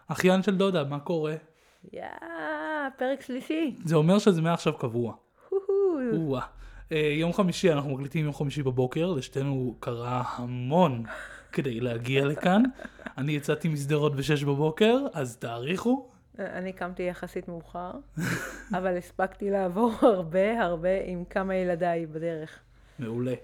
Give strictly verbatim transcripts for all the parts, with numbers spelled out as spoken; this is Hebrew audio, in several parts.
אחיין של דודה, מה קורה? יא, פרק שלישי. זה אומר שזה מעכשיו קבוע. הוהו. וואה. יום חמישי, אנחנו מקליטים יום חמישי בבוקר, לשתינו קרה המון כדי להגיע לכאן. אני יצאתי מסדרות בשש בבוקר, אז תאריכו. אני קמתי יחסית מאוחר, אבל הספקתי לעבור הרבה הרבה עם כמה ילדיי בדרך. מעולה.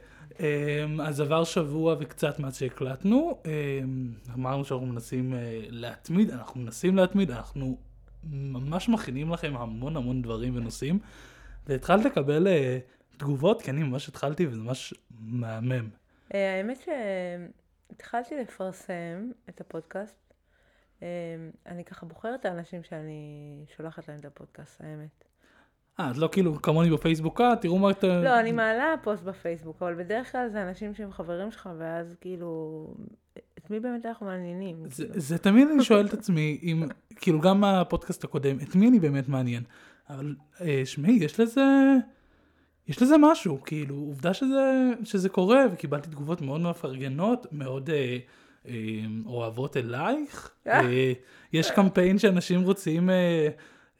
אז עבר שבוע וקצת מאז שהקלטנו. אמרנו שאנחנו מנסים להתמיד, אנחנו מנסים להתמיד, אנחנו ממש מכינים לכם המון המון דברים ונושאים, והתחלת לקבל תגובות, כי אני ממש התחלתי וזה ממש מהמם. האמת שהתחלתי לפרסם את הפודקאסט. אני ככה בוחרת את האנשים שאני שולחת להם את הפודקאסט, האמת. אה, אז לא כאילו כמוני בפייסבוק, אה, תראו מה אתה... לא, אני מעלה פוסט בפייסבוק, אבל בדרך כלל זה אנשים שהם חברים שלך, ואז כאילו, את מי באמת אנחנו מעניינים? זה, זה תמיד אני שואל את עצמי, אם, כאילו גם הפודקאסט הקודם, את מי אני באמת מעניין? אבל אה, שמי, יש לזה, יש לזה משהו, כאילו, עובדה שזה, שזה קורה, וקיבלתי תגובות מאוד מפרגנות, מאוד אה, אה, אוהבות אלייך. אה, יש קמפיין שאנשים רוצים... אה,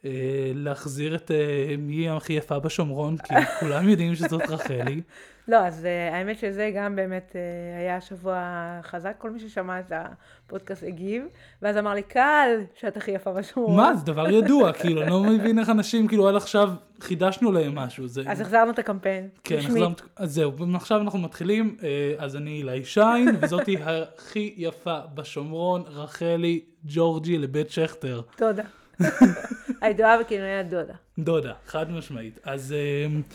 להחזיר את מי הכי יפה בשומרון, כי כולם יודעים שזאת רחלי. לא, אז האמת שזה גם באמת היה שבוע חזק, כל מי ששמע את הפודקאסט הגיב, ואז אמר לי, קל, שאת הכי יפה בשומרון. מה? זה דבר ידוע, כאילו, אני לא מבין איך אנשים, כאילו, עד עכשיו חידשנו להם משהו. אז החזרנו את הקמפיין. כן, החזרנו, אז זהו, עכשיו אנחנו מתחילים, אז אני אילי שיין, וזאתי הכי יפה בשומרון, רחלי ג'ורג'י לבית שכטר. תודה. הידועה בכינויי דודה. דודה, חד משמעית. אז uh,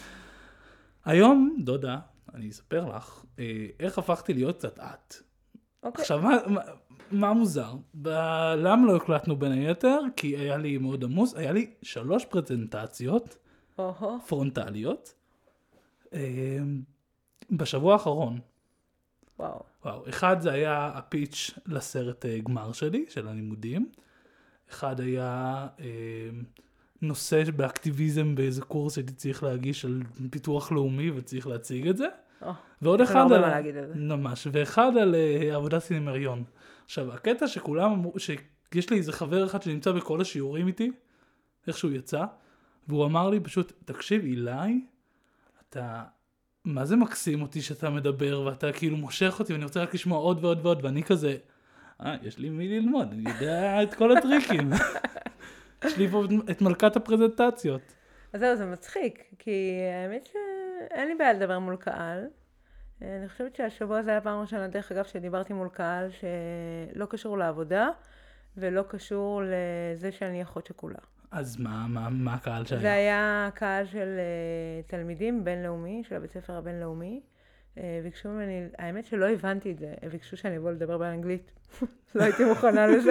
היום, דודה, אני אספר לך, uh, איך הפכתי להיות קצת את. אוקיי. עכשיו, מה, מה, מה מוזר? ב- למה לא הקלטנו בין היתר? כי היה לי מאוד עמוס, היה לי שלוש פרזנטציות אוהו. פרונטליות uh, בשבוע האחרון. וואו. וואו, אחד זה היה הפיץ' לסרט uh, גמר שלי, של הלימודים. אחד היה אה, נושא באקטיביזם באיזה קורס שהייתי צריך להגיש על פיתוח לאומי וצריך להציג את זה. או, ועוד יש לנו אחד הרבה על... מה להגיד על זה. ממש. ואחד על אה, עבודת סינמריון. עכשיו, הקטע שכולם אמרו, שיש לי איזה חבר אחד שנמצא בכל השיעורים איתי, איך שהוא יצא, והוא אמר לי פשוט, תקשיב, אילי, אתה... מה זה מקסים אותי שאתה מדבר ואתה כאילו מושך אותי ואני רוצה רק לשמוע עוד ועוד ועוד, ואני כזה... אה, יש לי מי ללמוד, אני יודע את כל הטריקים. יש לי פה את מלכת הפרזנטציות. אז זהו, זה מצחיק, כי האמת שאין לי בעיה לדבר מול קהל. אני חושבת שהשבוע זה היה פעם ראשונה, דרך אגב, שדיברתי מול קהל שלא קשור לעבודה, ולא קשור לזה שאני אחות שכולה. אז מה, מה, מה הקהל שהיה? זה היה קהל של תלמידים בינלאומי, של הבית ספר הבינלאומי. ביקשו ממני, האמת שלא הבנתי את זה, ביקשו שאני אבוא לדבר באנגלית, לא הייתי מוכנה לזה.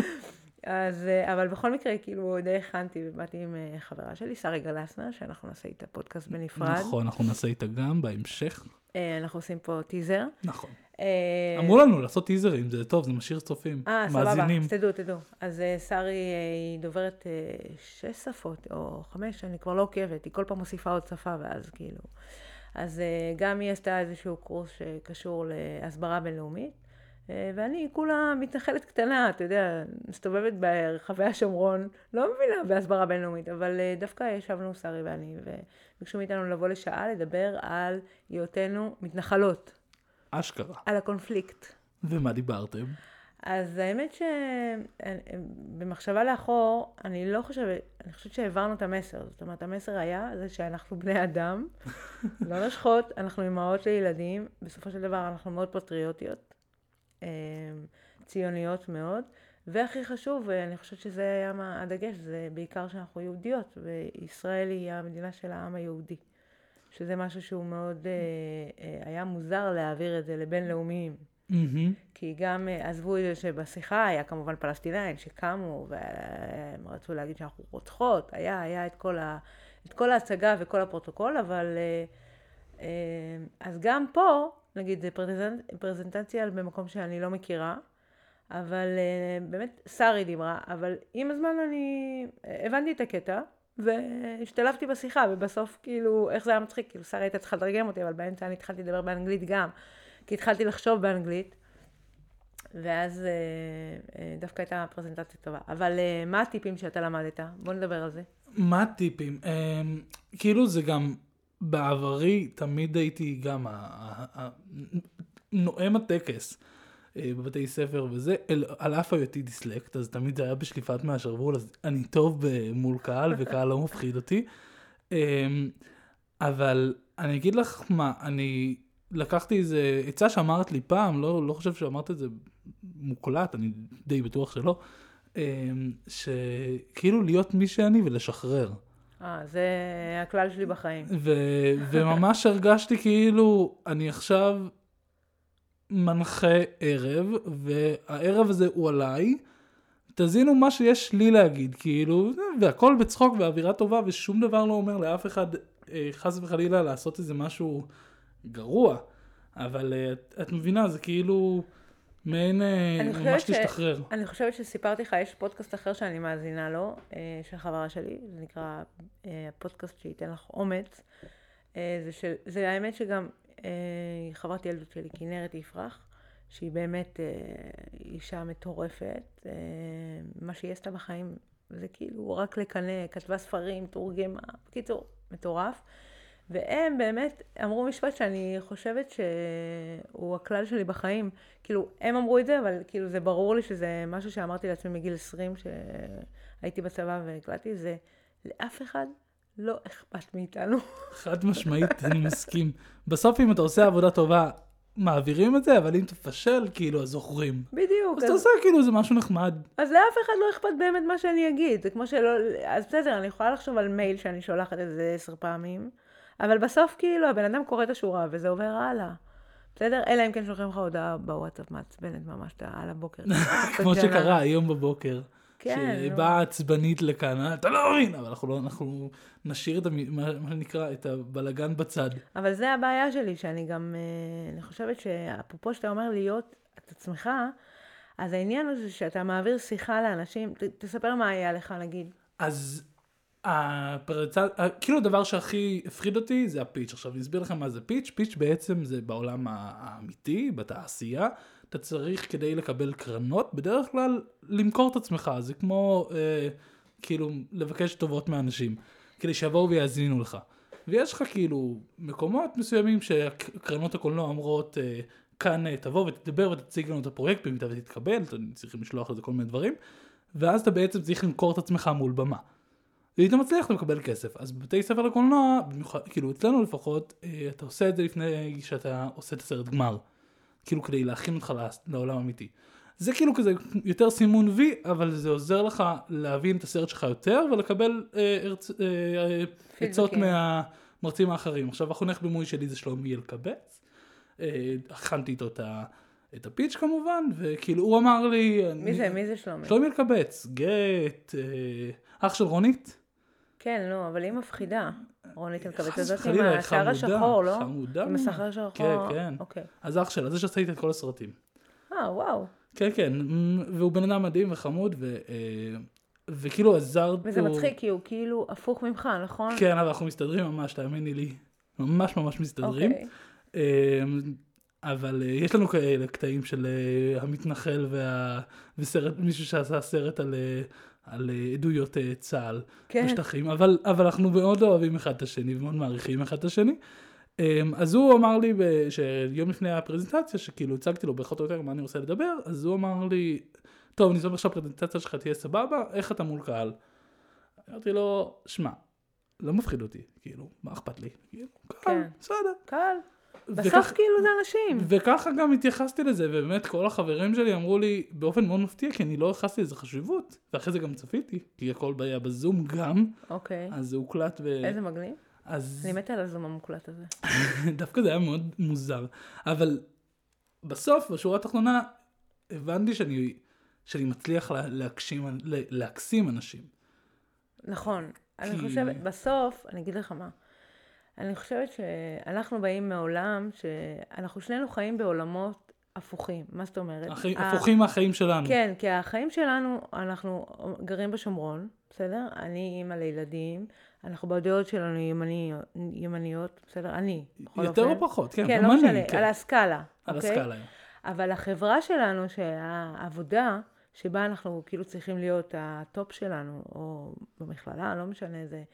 אז, אבל בכל מקרה, כאילו, די הכנתי, ובאתי עם חברה שלי, שרי גלסנה, שאנחנו נעשה איתה פודקאסט בנפרד. נכון, אנחנו נעשה איתה גם בהמשך. אנחנו עושים פה טיזר. נכון. אמרו לנו לעשות טיזרים, זה טוב, זה משאיר צופים, מאזינים. אה, סבבה, תדעו, תדעו. אז שרי היא דוברת שש שפות, או חמש, אני כבר לא עוקבת, היא כל פעם מוסיפה עוד שפה, ואז כאילו... אז גם היא עשתה איזשהו קורס שקשור להסברה בינלאומית, ואני כולה מתנחלת קטנה, אתה יודע, מסתובבת ברחבי השומרון, לא מבינה בהסברה בינלאומית, אבל דווקא ישבנו שרי ואני, וביקשו מאיתנו לבוא לשעה לדבר על היותנו מתנחלות. אשכרה. על הקונפליקט. ומה דיברתם? אז האמת שבמחשבה לאחור, אני לא חושבת, אני חושבת שהעברנו את המסר. זאת אומרת, המסר היה זה שאנחנו בני אדם, לא נשחות, אנחנו אימהות לילדים, בסופו של דבר אנחנו מאוד פטריוטיות, ציוניות מאוד, והכי חשוב, ואני חושבת שזה היה הדגש, זה בעיקר שאנחנו יהודיות, וישראל היא המדינה של העם היהודי, שזה משהו שהוא מאוד היה מוזר להעביר את זה לבינלאומיים. Mm-hmm. כי גם עזבו את זה שבשיחה היה כמובן פלסטינאים שקמו והם רצו להגיד שאנחנו רוצחות, היה, היה את כל, ה, את כל ההצגה וכל הפרוטוקול, אבל אז גם פה, נגיד, זה פרזנטציה במקום שאני לא מכירה, אבל באמת שרי דיברה, אבל עם הזמן אני הבנתי את הקטע, והשתלבתי בשיחה, ובסוף כאילו, איך זה היה מצחיק, כאילו שרי הייתה צריכה לתרגם אותי, אבל באמצע אני התחלתי לדבר באנגלית גם, כי התחלתי לחשוב באנגלית, ואז דווקא הייתה פרזנטציה טובה. אבל מה הטיפים שאתה למדת? בוא נדבר על זה. מה הטיפים? כאילו זה גם בעברי, תמיד הייתי גם נואם הטקס בבתי ספר וזה, על אף היותי דיסלקט, אז תמיד זה היה בשליפת מהשרוול, אז אני טוב מול קהל, וקהל לא מפחיד אותי. אבל אני אגיד לך מה, אני לקחתי איזה עצה שאמרת לי פעם, לא, לא חושב שאמרת את זה מוקלט, אני די בטוח שלא, שכאילו להיות מי שאני ולשחרר. אה, זה הכלל שלי בחיים. ו- וממש הרגשתי כאילו אני עכשיו מנחה ערב, והערב הזה הוא עליי, תזינו מה שיש לי להגיד, כאילו, והכל בצחוק ואווירה טובה, ושום דבר לא אומר לאף אחד, חס וחלילה, לעשות איזה משהו גרוע, אבל את, את מבינה, זה כאילו מעין ממש להשתחרר. אני חושבת שסיפרתי לך, יש פודקאסט אחר שאני מאזינה לו, של חברה שלי, זה נקרא הפודקאסט שייתן לך אומץ, זה, של, זה האמת שגם חברת ילדות שלי, כנרת יפרח, שהיא באמת אישה מטורפת, מה שהיא עשתה בחיים זה כאילו רק לקנה, כתבה ספרים, תורגמה, בקיצור, מטורף. והם באמת אמרו משפט שאני חושבת שהוא הכלל שלי בחיים. כאילו, הם אמרו את זה, אבל כאילו זה ברור לי שזה משהו שאמרתי לעצמי מגיל עשרים, שהייתי בצבא והקלטתי, זה לאף אחד לא אכפת מאיתנו. חד משמעית, אני מסכים. בסוף אם אתה עושה עבודה טובה, מעבירים את זה, אבל אם תפשל, כאילו, אז זוכרים. בדיוק. אז אתה עושה כאילו, זה משהו נחמד. אז לאף אחד לא אכפת באמת מה שאני אגיד. זה כמו שלא, אז בסדר, אני יכולה לחשוב על מייל שאני שולחת את זה עשר פעמים, אבל בסוף כאילו, הבן אדם קורא את השורה, וזה עובר הלאה. בסדר? אלא אם כן שולחים לך הודעה בוואטסאפ מעצבנת ממש, על הבוקר. כמו שקרה היום בבוקר. כן. שבאה עצבנית לכאן, אתה לא מבין, אבל אנחנו לא, אנחנו נשאיר את מה שנקרא, את הבלגן בצד. אבל זה הבעיה שלי, שאני גם, אני חושבת שאפרופו שאתה אומר להיות את עצמך, אז העניין הזה שאתה מעביר שיחה לאנשים, ת, תספר מה היה לך, נגיד. אז הפרצה, כאילו הדבר שהכי הפחיד אותי זה הפיץ'. עכשיו אני אסביר לכם מה זה פיץ'. פיץ' בעצם זה בעולם האמיתי, בתעשייה. אתה צריך כדי לקבל קרנות, בדרך כלל למכור את עצמך. זה כמו אה, כאילו לבקש טובות מאנשים, כדי שיבואו ויאזינו לך. ויש לך כאילו מקומות מסוימים שקרנות הקולנוע אומרות, אה, כאן תבוא ותדבר ותציג לנו את הפרויקט, במידה ותתקבל, אתה צריכים לשלוח לזה כל מיני דברים, ואז אתה בעצם צריך למכור את עצמך מול במה. ואם אתה מצליח, אתה מקבל כסף. אז בבתי ספר לקולנוע, כאילו אצלנו לפחות, אה, אתה עושה את זה לפני שאתה עושה את הסרט גמר. כאילו כדי להכין אותך לעולם אמיתי. זה כאילו כזה יותר סימון וי, אבל זה עוזר לך להבין את הסרט שלך יותר, ולקבל עצות מהמרצים האחרים. עכשיו, החונך בימוי שלי זה שלומי אלקבץ. הכנתי איתו את הפיץ' כמובן, וכאילו הוא אמר לי... מי זה? מי זה שלומי? שלומי אלקבץ, גט, אח של רונית. כן, לא, אבל היא מפחידה. רונית אלקבץ, הזאת עם השער השחור, לא? חמודה. עם השחר השחור. כן, כן. אז אח שלה, זה שעשיתי את כל הסרטים. אה, וואו. כן, כן, והוא בן אדם מדהים וחמוד, ו... וכאילו עזרת... וזה מצחיק, כי הוא כאילו הפוך ממך, נכון? כן, אבל אנחנו מסתדרים ממש, תאמיני לי. ממש ממש מסתדרים. אבל יש לנו כאלה קטעים של המתנחל וה... וסרט, מישהו שעשה סרט על... על עדויות צה"ל בשטחים, אבל, אבל אנחנו מאוד אוהבים אחד את השני, ומאוד מעריכים אחד את השני. אז הוא אמר לי, שיום לפני הפרזנטציה, שכאילו הצגתי לו באחת או יותר מה אני רוצה לדבר, אז הוא אמר לי, טוב, אני זוכר שהפרזנטציה שלך תהיה סבבה, איך אתה מול קהל? אמרתי לו, שמע, לא מפחיד אותי, כאילו, מה אכפת לי? כאילו, קהל, בסדר. קהל. בסוף כאילו זה אנשים. וככה גם התייחסתי לזה, ובאמת כל החברים שלי אמרו לי באופן מאוד מפתיע, כי אני לא יחסתי לזה חשיבות, ואחרי זה גם צפיתי, כי הכל היה בזום גם, אוקיי. אז זה הוקלט ו... איזה מגניב. אז... אני מתה על הזום המוקלט הזה. דווקא זה היה מאוד מוזר, אבל בסוף, בשורה התחתונה, הבנתי שאני, שאני מצליח להקשים, להקסים אנשים. נכון. כי... אני חושבת, בסוף, אני אגיד לך מה, אני חושבת שאנחנו באים מעולם שאנחנו שנינו חיים בעולמות הפוכים. מה זאת אומרת? הפוכים מהחיים שלנו. כן, כי החיים שלנו, אנחנו גרים בשומרון, בסדר? אני אימא לילדים, אנחנו בדעות שלנו ימניות, ימניות בסדר? אני. יותר או פחות, כן. כן, לא משנה, על הסקאלה. על הסקאלה. אבל החברה שלנו, שהעבודה, שבה אנחנו כאילו צריכים להיות הטופ שלנו, או במכללה, לא משנה, זה,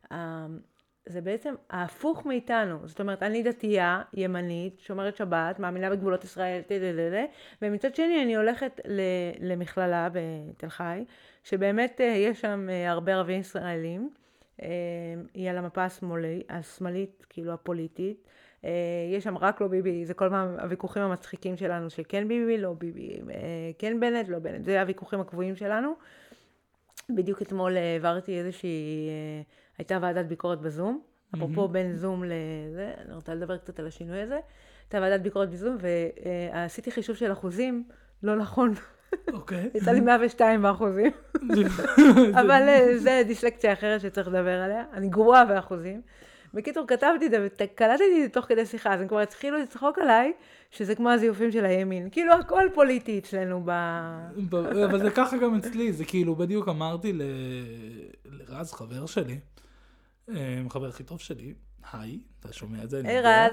זה בעצם ההפוך מאיתנו. זאת אומרת, אני דתייה, ימנית, שומרת שבת, מאמינה בגבולות ישראל, תדללה, ומצד שני אני הולכת למכללה בתל חי, שבאמת יש שם הרבה ערבים ישראלים, היא על המפה השמאלית, השמאלית, כאילו הפוליטית, יש שם רק לא ביבי, זה כל פעם הוויכוחים המצחיקים שלנו, שכן ביבי, לא ביבי, כן בנט, לא בנט, זה הוויכוחים הקבועים שלנו. בדיוק אתמול העברתי איזושהי, הייתה ועדת ביקורת בזום, אפרופו בין זום לזה, אני רוצה לדבר קצת על השינוי הזה, הייתה ועדת ביקורת בזום, ועשיתי חישוב של אחוזים, לא נכון. אוקיי. יצא לי מאה ושתיים באחוזים. אבל זה דיסלקציה אחרת שצריך לדבר עליה, אני גרועה באחוזים. בקיצור, כתבתי את זה וקלטתי את זה תוך כדי שיחה, אז הם כבר התחילו לצחוק עליי, שזה כמו הזיופים של הימין. כאילו, הכל פוליטי אצלנו ב... אבל זה ככה גם אצלי, זה כאילו, בדיוק אמרתי לרז, חבר שלי, חבר הכי טוב שלי, היי, אתה שומע את זה? היי רז,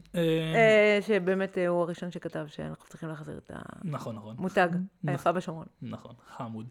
שבאמת הוא הראשון שכתב שאנחנו צריכים להחזיר את המותג, היפה בשומרון. נכון, חמוד.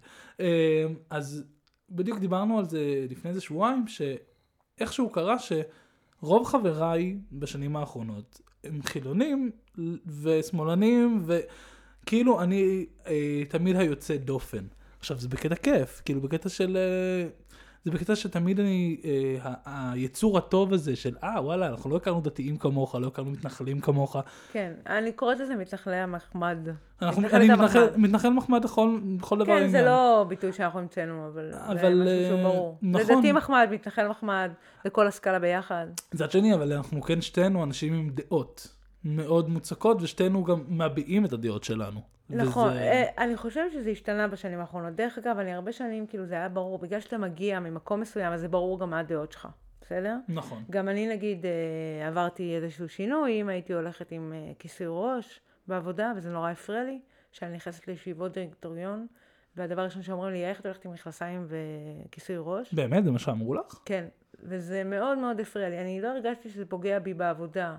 אז בדיוק דיברנו על זה לפני איזה שבועיים, ש... איכשהו קרה שרוב חבריי בשנים האחרונות הם חילונים ושמאלנים, וכאילו אני אה, תמיד היוצא דופן. עכשיו זה בקטע כיף, כאילו בקטע של... אה, זה בקטע שתמיד אני, אה, היצור הטוב הזה של, אה וואלה, אנחנו לא הכרנו דתיים כמוך, לא הכרנו מתנחלים כמוך. כן, אני קוראת לזה מתנחלי המחמד. אנחנו, אני מתנחל, מתנחל מחמד בכל, בכל דבר כן, עניין. זה לא ביטוי שאנחנו המצאנו, אבל, אבל זה משהו שהוא ברור. נכון. זה דתי מחמד, מתנחל מחמד, זה כל הסקאלה ביחד. זה שני, אבל אנחנו כן שתינו אנשים עם דעות מאוד מוצקות, ושתינו גם מביעים את הדעות שלנו. נכון, וזה... אני חושבת שזה השתנה בשנים האחרונות. דרך אגב, אני הרבה שנים, כאילו זה היה ברור, בגלל שאתה מגיע ממקום מסוים, אז זה ברור גם מה הדעות שלך. בסדר? נכון. גם אני נגיד עברתי איזשהו שינוי, אם הייתי הולכת עם כיסוי ראש בעבודה, וזה נורא הפריע לי, שאני נכנסת לישיבות דירקטוריון, והדבר הראשון שאומרים לי, איך את הולכת עם מכנסיים וכיסוי ראש? באמת? זה מה שאמרו לך? כן, וזה מאוד מאוד הפריע לי. אני לא הרגשתי שזה פוגע בי בעבודה,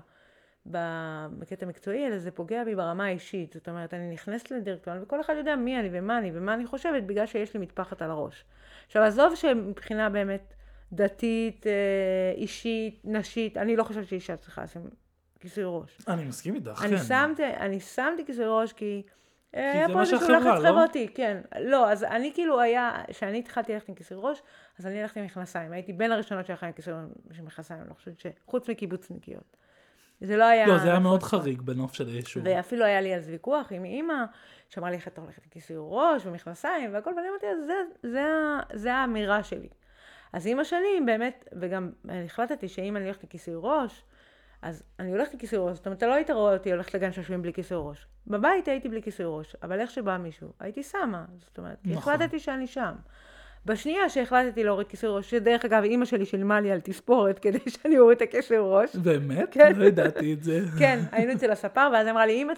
בקטע מקצועי, אלא זה פוגע בי ברמה האישית. זאת אומרת, אני נכנסת לדירקטוריון, וכל אחד יודע מי אני ומה אני ומה אני חושבת, בגלל שיש לי מטפחת על הראש. עכשיו, עזוב שמבחינה באמת דתית, אישית, נשית, אני לא חושבת שאישה צריכה לשים כיסוי ראש. אני מסכים איתך, אני כן. שמתי, אני שמתי כיסוי ראש כי... כי זה מה שהחברה, לא? חברתי, כן. לא, אז אני כאילו היה, כשאני התחלתי ללכת עם כיסוי ראש, אז אני הלכתי עם מכנסיים. הייתי בין הראשונות שהלכתי עם כיסוי מכנסיים, אני לא חושבת שחוץ מקיבוצניקיות. זה לא היה... לא, זה היה מאוד חריג בנוף של היישוב. ואפילו היה לי אז ויכוח עם אמא, שאמרה לי איך אתה הולכת עם כיסוי ראש ומכנסיים, והכל, ואני אמרתי, זה, זה, זה האמירה שלי. אז אמא שלי באמת, וגם החלטתי שאם אני הולכת עם כיסוי ראש, אז אני הולכת עם כיסוי ראש, זאת אומרת, אתה לא היית רואה אותי הולכת לגן שעשועים בלי כיסוי ראש. בבית הייתי בלי כיסוי ראש, אבל איך שבא מישהו, הייתי שמה, זאת אומרת, נכון. החלטתי שאני שם. בשנייה שהחלטתי להוריד כיסוי ראש, שדרך אגב, אמא שלי שילמה לי על תספורת כדי שאני אוריד את הכיסוי ראש. באמת? כן. לא ידעתי את זה. כן, היינו אצל הספר, ואז אמרה לי, אמא,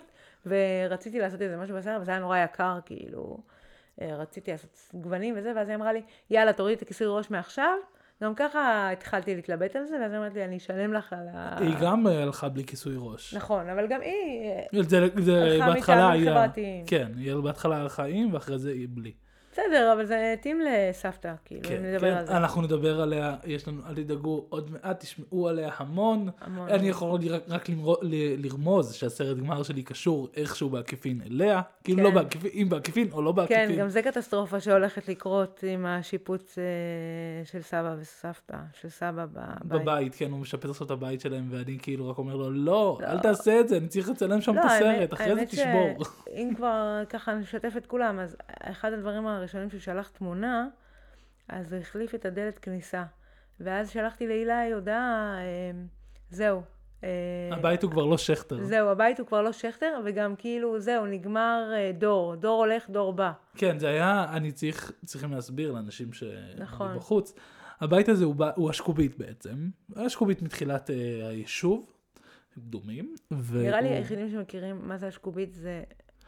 ורציתי לעשות איזה משהו בסדר, וזה היה נורא יקר, כאילו, רציתי לעשות גוונים וזה, ואז היא אמרה לי, יאללה, תוריד את הכיסוי ראש מעכשיו. גם ככה התחלתי להתלבט על זה, ואז אמרת לי, אני אשלם לך על ה... היא גם הלכה בלי כיסוי ראש. נכון, אבל גם היא... זה, זה בהתחלה היה... חברתיים. כן, היא בהתחלה הלכה עם, ואחרי זה היא בלי. בסדר, אבל זה מתאים לסבתא, כאילו, כן, נדבר כן. על זה. אנחנו נדבר עליה, יש לנו, אל תדאגו, עוד מעט תשמעו עליה המון. המון. אני יכול רק, רק למר, לרמוז שהסרט גמר שלי קשור איכשהו בעקיפין אליה, כאילו כן. לא בעקיפין, אם בעקיפין או לא בעקיפין. כן, גם זה קטסטרופה שהולכת לקרות עם השיפוץ אה, של סבא וסבתא, של סבא בבית. בבית, כן, הוא משפץ עכשיו את הבית שלהם, ואני כאילו רק אומר לו, לא, לא. אל תעשה את זה, אני צריך לצלם שם לא, את הסרט, האמת, אחרי האמת זה תשבור. אם כבר ככה נשתף את כולם, אז אחד הדברים הראשונים ששלח תמונה, אז הוא החליף את הדלת כניסה. ואז שלחתי לאילי הודעה, אה, זהו. אה, הבית הוא כבר לא שכתר. זהו, הבית הוא כבר לא שכתר, וגם כאילו, זהו, נגמר אה, דור. דור הולך, דור בא. כן, זה היה, אני צריך, צריכים להסביר לאנשים נכון. שבחוץ. הבית הזה הוא, הוא השקובית בעצם. השקובית מתחילת אה, היישוב, דומים. נראה לי היחידים שמכירים מה זה השקובית זה...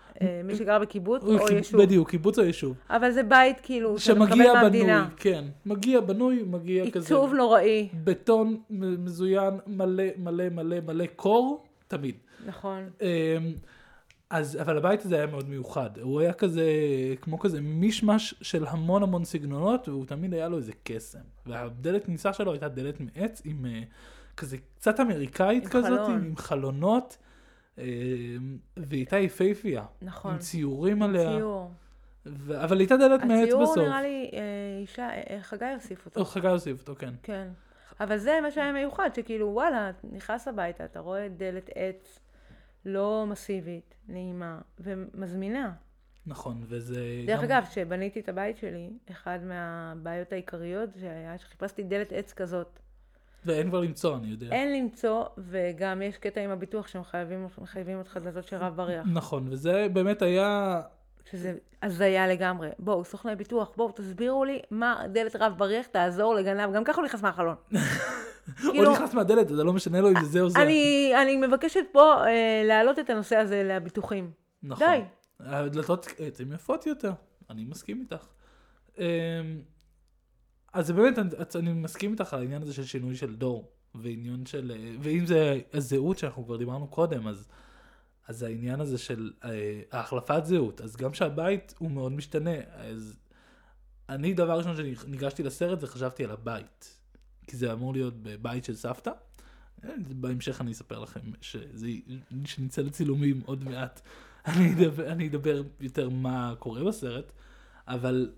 מי שגר בקיבוץ או יישוב. בדיוק, קיבוץ או יישוב. אבל זה בית כאילו, שמגיע בנוי, כן. מגיע בנוי, מגיע כזה. עיצוב נוראי. בטון מזוין, מלא, מלא, מלא, מלא קור, תמיד. נכון. אז, אבל הבית הזה היה מאוד מיוחד. הוא היה כזה, כמו כזה מישמש של המון המון סגנונות, והוא תמיד היה לו איזה קסם. והדלת כניסה שלו הייתה דלת מעץ עם uh, כזה קצת אמריקאית עם כזאת, חלון. עם, עם חלונות, uh, והיא הייתה יפהפייה. נכון. עם ציורים עם עליה. ציור. ו... אבל הייתה דלת מעץ בסוף. הציור נראה לי, אה, אישה, אה, חגי הוסיף אותו. או חגי הוסיף אותו, כן. כן. אבל זה מה שהיה מיוחד, שכאילו וואלה, נכנס הביתה, אתה רואה דלת עץ לא מסיבית, נעימה ומזמינה. נכון, וזה דרך גם... אגב, כשבניתי את הבית שלי, אחד מהבעיות העיקריות שהיה שחיפשתי דלת עץ כזאת. ואין כבר למצוא, אני יודע. אין למצוא, וגם יש קטע עם הביטוח שהם חייבים, מחייבים אותך דלתות של רב בריח. נכון, וזה באמת היה... שזה הזיה לגמרי. בואו, סוכני ביטוח, בואו, תסבירו לי מה דלת רב בריח תעזור לגנב. גם ככה הוא נכנס מהחלון. הוא נכנס מהדלת, זה לא משנה לו אם זה או זה. אני, אני מבקשת פה אה, להעלות את הנושא הזה לביטוחים. נכון. די. הדלתות עץ הן יפות יותר, אני מסכים איתך. אה, אז זה באמת, אני, אני מסכים איתך על העניין הזה של שינוי של דור, ועניין של, ואם זה הזהות שאנחנו כבר דיברנו קודם, אז, אז העניין הזה של אה, ההחלפת זהות, אז גם שהבית הוא מאוד משתנה, אז אני דבר ראשון שניגשתי לסרט וחשבתי על הבית, כי זה אמור להיות בבית של סבתא, בהמשך אני אספר לכם שזה, שנצא לצילומים עוד מעט, אני אדבר, אני אדבר יותר מה קורה בסרט, אבל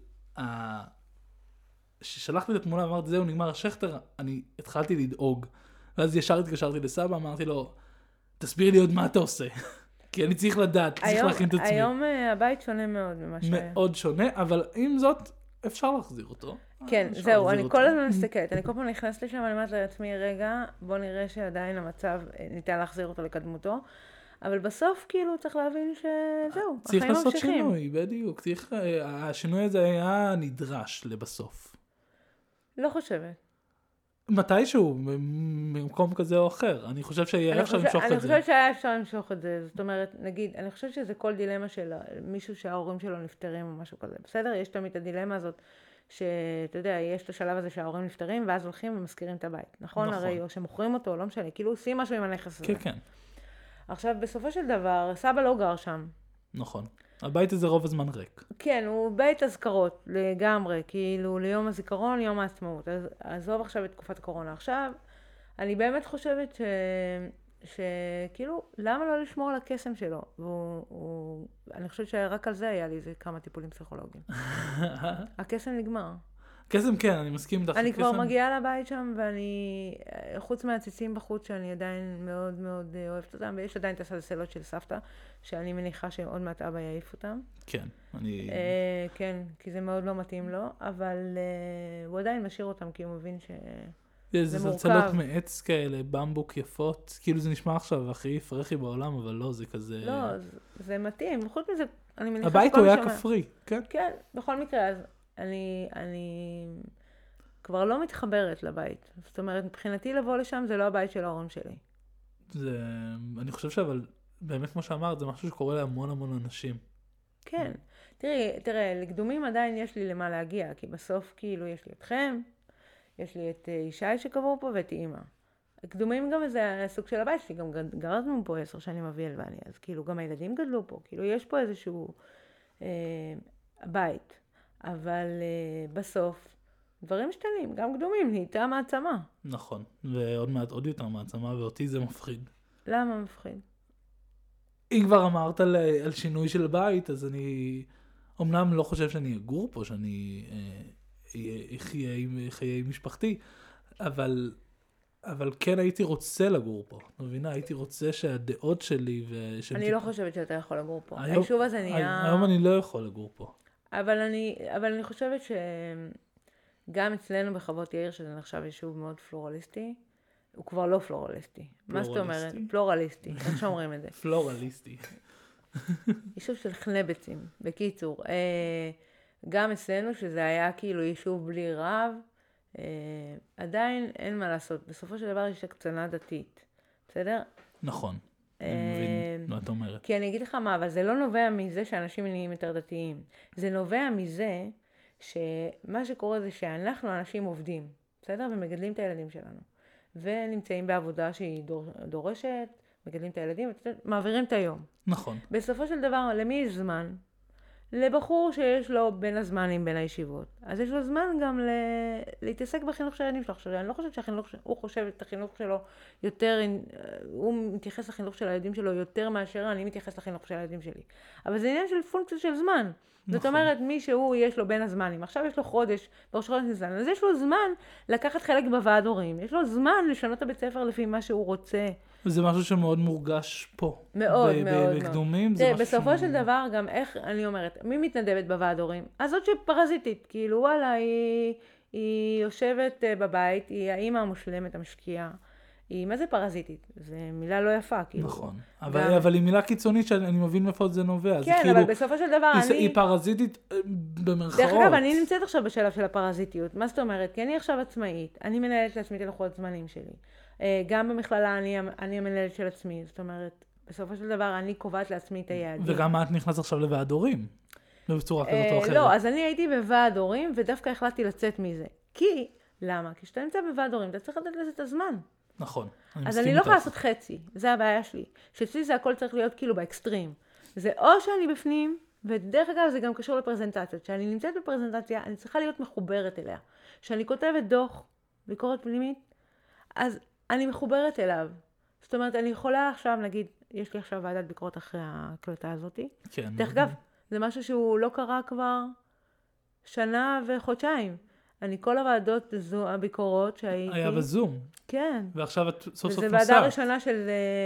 כששלחתי את התמונה ואמרתי זהו נגמר השכתר, אני התחלתי לדאוג, ואז ישר התקשרתי לסבא, אמרתי לו, תסביר לי עוד מה אתה עושה, כי אני צריך לדעת, צריך להכין את עצמי. היום הבית שונה מאוד ממה שהיה. מאוד שונה, אבל עם זאת אפשר להחזיר אותו. כן, זהו, אני כל הזמן מסתכלת, אני כל פעם נכנסת לשם, אני אומרת לעצמי, רגע, בוא נראה שעדיין המצב, ניתן להחזיר אותו לקדמותו, אבל בסוף כאילו צריך להבין שזהו, צריך החיים לעשות ממשיכים. שינוי, בדיוק, צריך, השינוי הזה היה נדרש לבסוף. לא חושבת. מתישהו, במקום כזה או אחר, אני חושב שיהיה אפשר למשוך את זה. אני חושבת שהיה אפשר למשוך את זה, זאת אומרת, נגיד, אני חושבת שזה כל דילמה של מישהו שההורים שלו נפטרים או משהו כזה, בסדר? יש תמיד את הדילמה הזאת, שאתה יודע, יש את השלב הזה שההורים נפטרים, ואז הולכים ומזכירים את הבית, נכון? נכון. הרי, או שמוכרים אותו, לא משנה, כאילו עושים משהו עם הנכס הזה. כן, כן. עכשיו, בסופו של דבר, סבא לא גר שם. נכון. הבית הזה רוב הזמן ריק. כן, הוא בית הזכרות לגמרי, כאילו ליום הזיכרון, יום העצמאות. אז עזוב עכשיו את תקופת הקורונה. עכשיו, אני באמת חושבת ש... שכאילו, למה לא לשמור על הקסם שלו? והוא, הוא... אני חושבת שרק על זה היה לי איזה כמה טיפולים פסיכולוגיים. הקסם נגמר. קסם כן, אני מסכים איתך. אני כבר קסם... מגיעה לבית שם, ואני, חוץ מהציצים בחוץ, שאני עדיין מאוד מאוד אוהבת אותם, ויש עדיין את הסלסלות של סבתא, שאני מניחה שעוד מעט אבא יעיף אותם. כן, אני... אה, כן, כי זה מאוד לא מתאים לו, אבל אה, הוא עדיין משאיר אותם, כי הוא מבין ש... זה סלסלות מעץ כאלה, במבוק יפות, כאילו זה נשמע עכשיו הכי פרחי בעולם, אבל לא, זה כזה... לא, זה, זה מתאים. חוץ מזה, אני מניחה... הבית הוא היה כפרי, כן? כן, בכל מקרה, אז אני, אני כבר לא מתחברת לבית. זאת אומרת, מבחינתי לבוא לשם זה לא הבית של ההורים שלי. זה, אני חושב שאבל, באמת כמו שאמרת, זה משהו שקורה להמון המון אנשים. כן. תראי, תראה, לקדומים עדיין יש לי למה להגיע, כי בסוף כאילו יש לי אתכם, יש לי את ישי שקבור פה ואת אימא. קדומים גם זה הסוג של הבית שלי, גם גרנו פה עשר שנים אביאל ואני, אז כאילו גם הילדים גדלו פה, כאילו יש פה איזשהו אה, בית, אבל אה, בסוף דברים משתנים, גם קדומים, נהייתה מעצמה. נכון, ועוד מעט עוד יותר מעצמה, ואותי זה מפחיד. למה מפחיד? אם כבר אמרת על, על שינוי של בית, אז אני אמנם לא חושב שאני אגור פה, שאני אחיה עם חיי משפחתי, אבל, אבל כן הייתי רוצה לגור פה. מבינה, הייתי רוצה שהדעות שלי... ושל... אני לא חושבת שאתה יכול לגור פה. היום, היישוב הזה נהיה... היום אני לא יכול לגור פה. אבל אני, אבל אני חושבת שגם אצלנו בחוות יאיר, שזה נחשב יישוב מאוד פלורליסטי, הוא כבר לא פלורליסטי. מה זאת אומרת? פלורליסטי. איך שאומרים את זה? פלורליסטי. יישוב של חנבצים, בקיצור. גם אצלנו, שזה היה כאילו יישוב בלי רב, עדיין אין מה לעשות. בסופו של דבר יש הקצנה דתית. בסדר? נכון. אני מבין מה את אומרת. כי אני אגיד לך מה, אבל זה לא נובע מזה שאנשים נהיים יותר דתיים. זה נובע מזה שמה שקורה זה שאנחנו אנשים עובדים, בסדר? ומגדלים את הילדים שלנו. ונמצאים בעבודה שהיא דור, דורשת מגדלים את הילדים, מעבירים את היום. נכון. בסופו של דבר, למי יש זמן? לבחור שיש לו בין הזמנים בין הישיבות. אז יש לו זמן גם ל... להתעסק בחינוך של הילדים שלו. עכשיו, אני לא חושבת שהחינוך, ש... הוא חושב את החינוך שלו יותר, הוא מתייחס לחינוך של הילדים שלו יותר מאשר אני מתייחס לחינוך של הילדים שלי. אבל זה עניין של פונקציה של זמן. נכון. זאת אומרת, מי שהוא יש לו בין הזמנים. עכשיו יש לו חודש, בראש חודש ניסן, אז יש לו זמן לקחת חלק בוועד הורים. יש לו זמן לשנות את הבית ספר לפי מה שהוא רוצה. זה משהו שמאוד מורגש פה. מאוד, ב- מאוד, בקדומים, מאוד. זה תראה, משהו בסופו שמ... של דבר, גם איך, אני אומרת, מי מתנדבת בוועד הורים? אז זאת שפרזיטית, כאילו, וואלה, היא, היא יושבת בבית, היא האמא המושלמת, המשקיעה. היא, מה זה פרזיטית? זו מילה לא יפה, כאילו. נכון. אבל, גם... אבל היא מילה קיצונית שאני מבין מאיפה זה נובע. כן, כאילו, אבל בסופו של דבר היא, אני... היא פרזיטית במרכאות. דרך אגב, אני נמצאת עכשיו בשלב של הפרזיטיות. מה זאת אומרת? כי אני עכשיו עצמאית. אני מנהלת לעצמי את הלוחות זמנים שלי. גם במכללה אני, אני המנהלת של עצמי. זאת אומרת, בסופו של דבר אני קובעת לעצמי את היעדים. וגם את נכנסת עכשיו לוועד הורים. בצורה כזאת או אחרת. לא, אז אני הייתי בוועד הורים, ודווקא החלטתי לצאת מזה. כי, למה? כי כשאתה נמצא בוועד הורים, אתה צריך לתת לזה את הזמן. נכון. אז אני לא יכולה לעשות חצי, זה הבעיה שלי. שאצלי זה הכל צריך להיות כאילו באקסטרים. זה או שאני בפנים, ודרך אגב זה גם קשור לפרזנטציות. כשאני נמצאת בפרזנטציה, אני צריכה להיות מחוברת אליה. כשאני כותבת דוח, ביקורת פנימית, אז אני מחוברת אליו. זאת אומרת, אני יכולה עכשיו, נגיד, יש לי עכשיו ועדת ביקורת אחרי ההקלטה הזאת. כן. דרך אגב, זה משהו שהוא לא קרה כבר שנה וחודשיים. אני כל הוועדות, זו הביקורות שהייתי... היה בזום. כן. ועכשיו את סוף סוף נוסעת. וזו ועדה ראשונה של...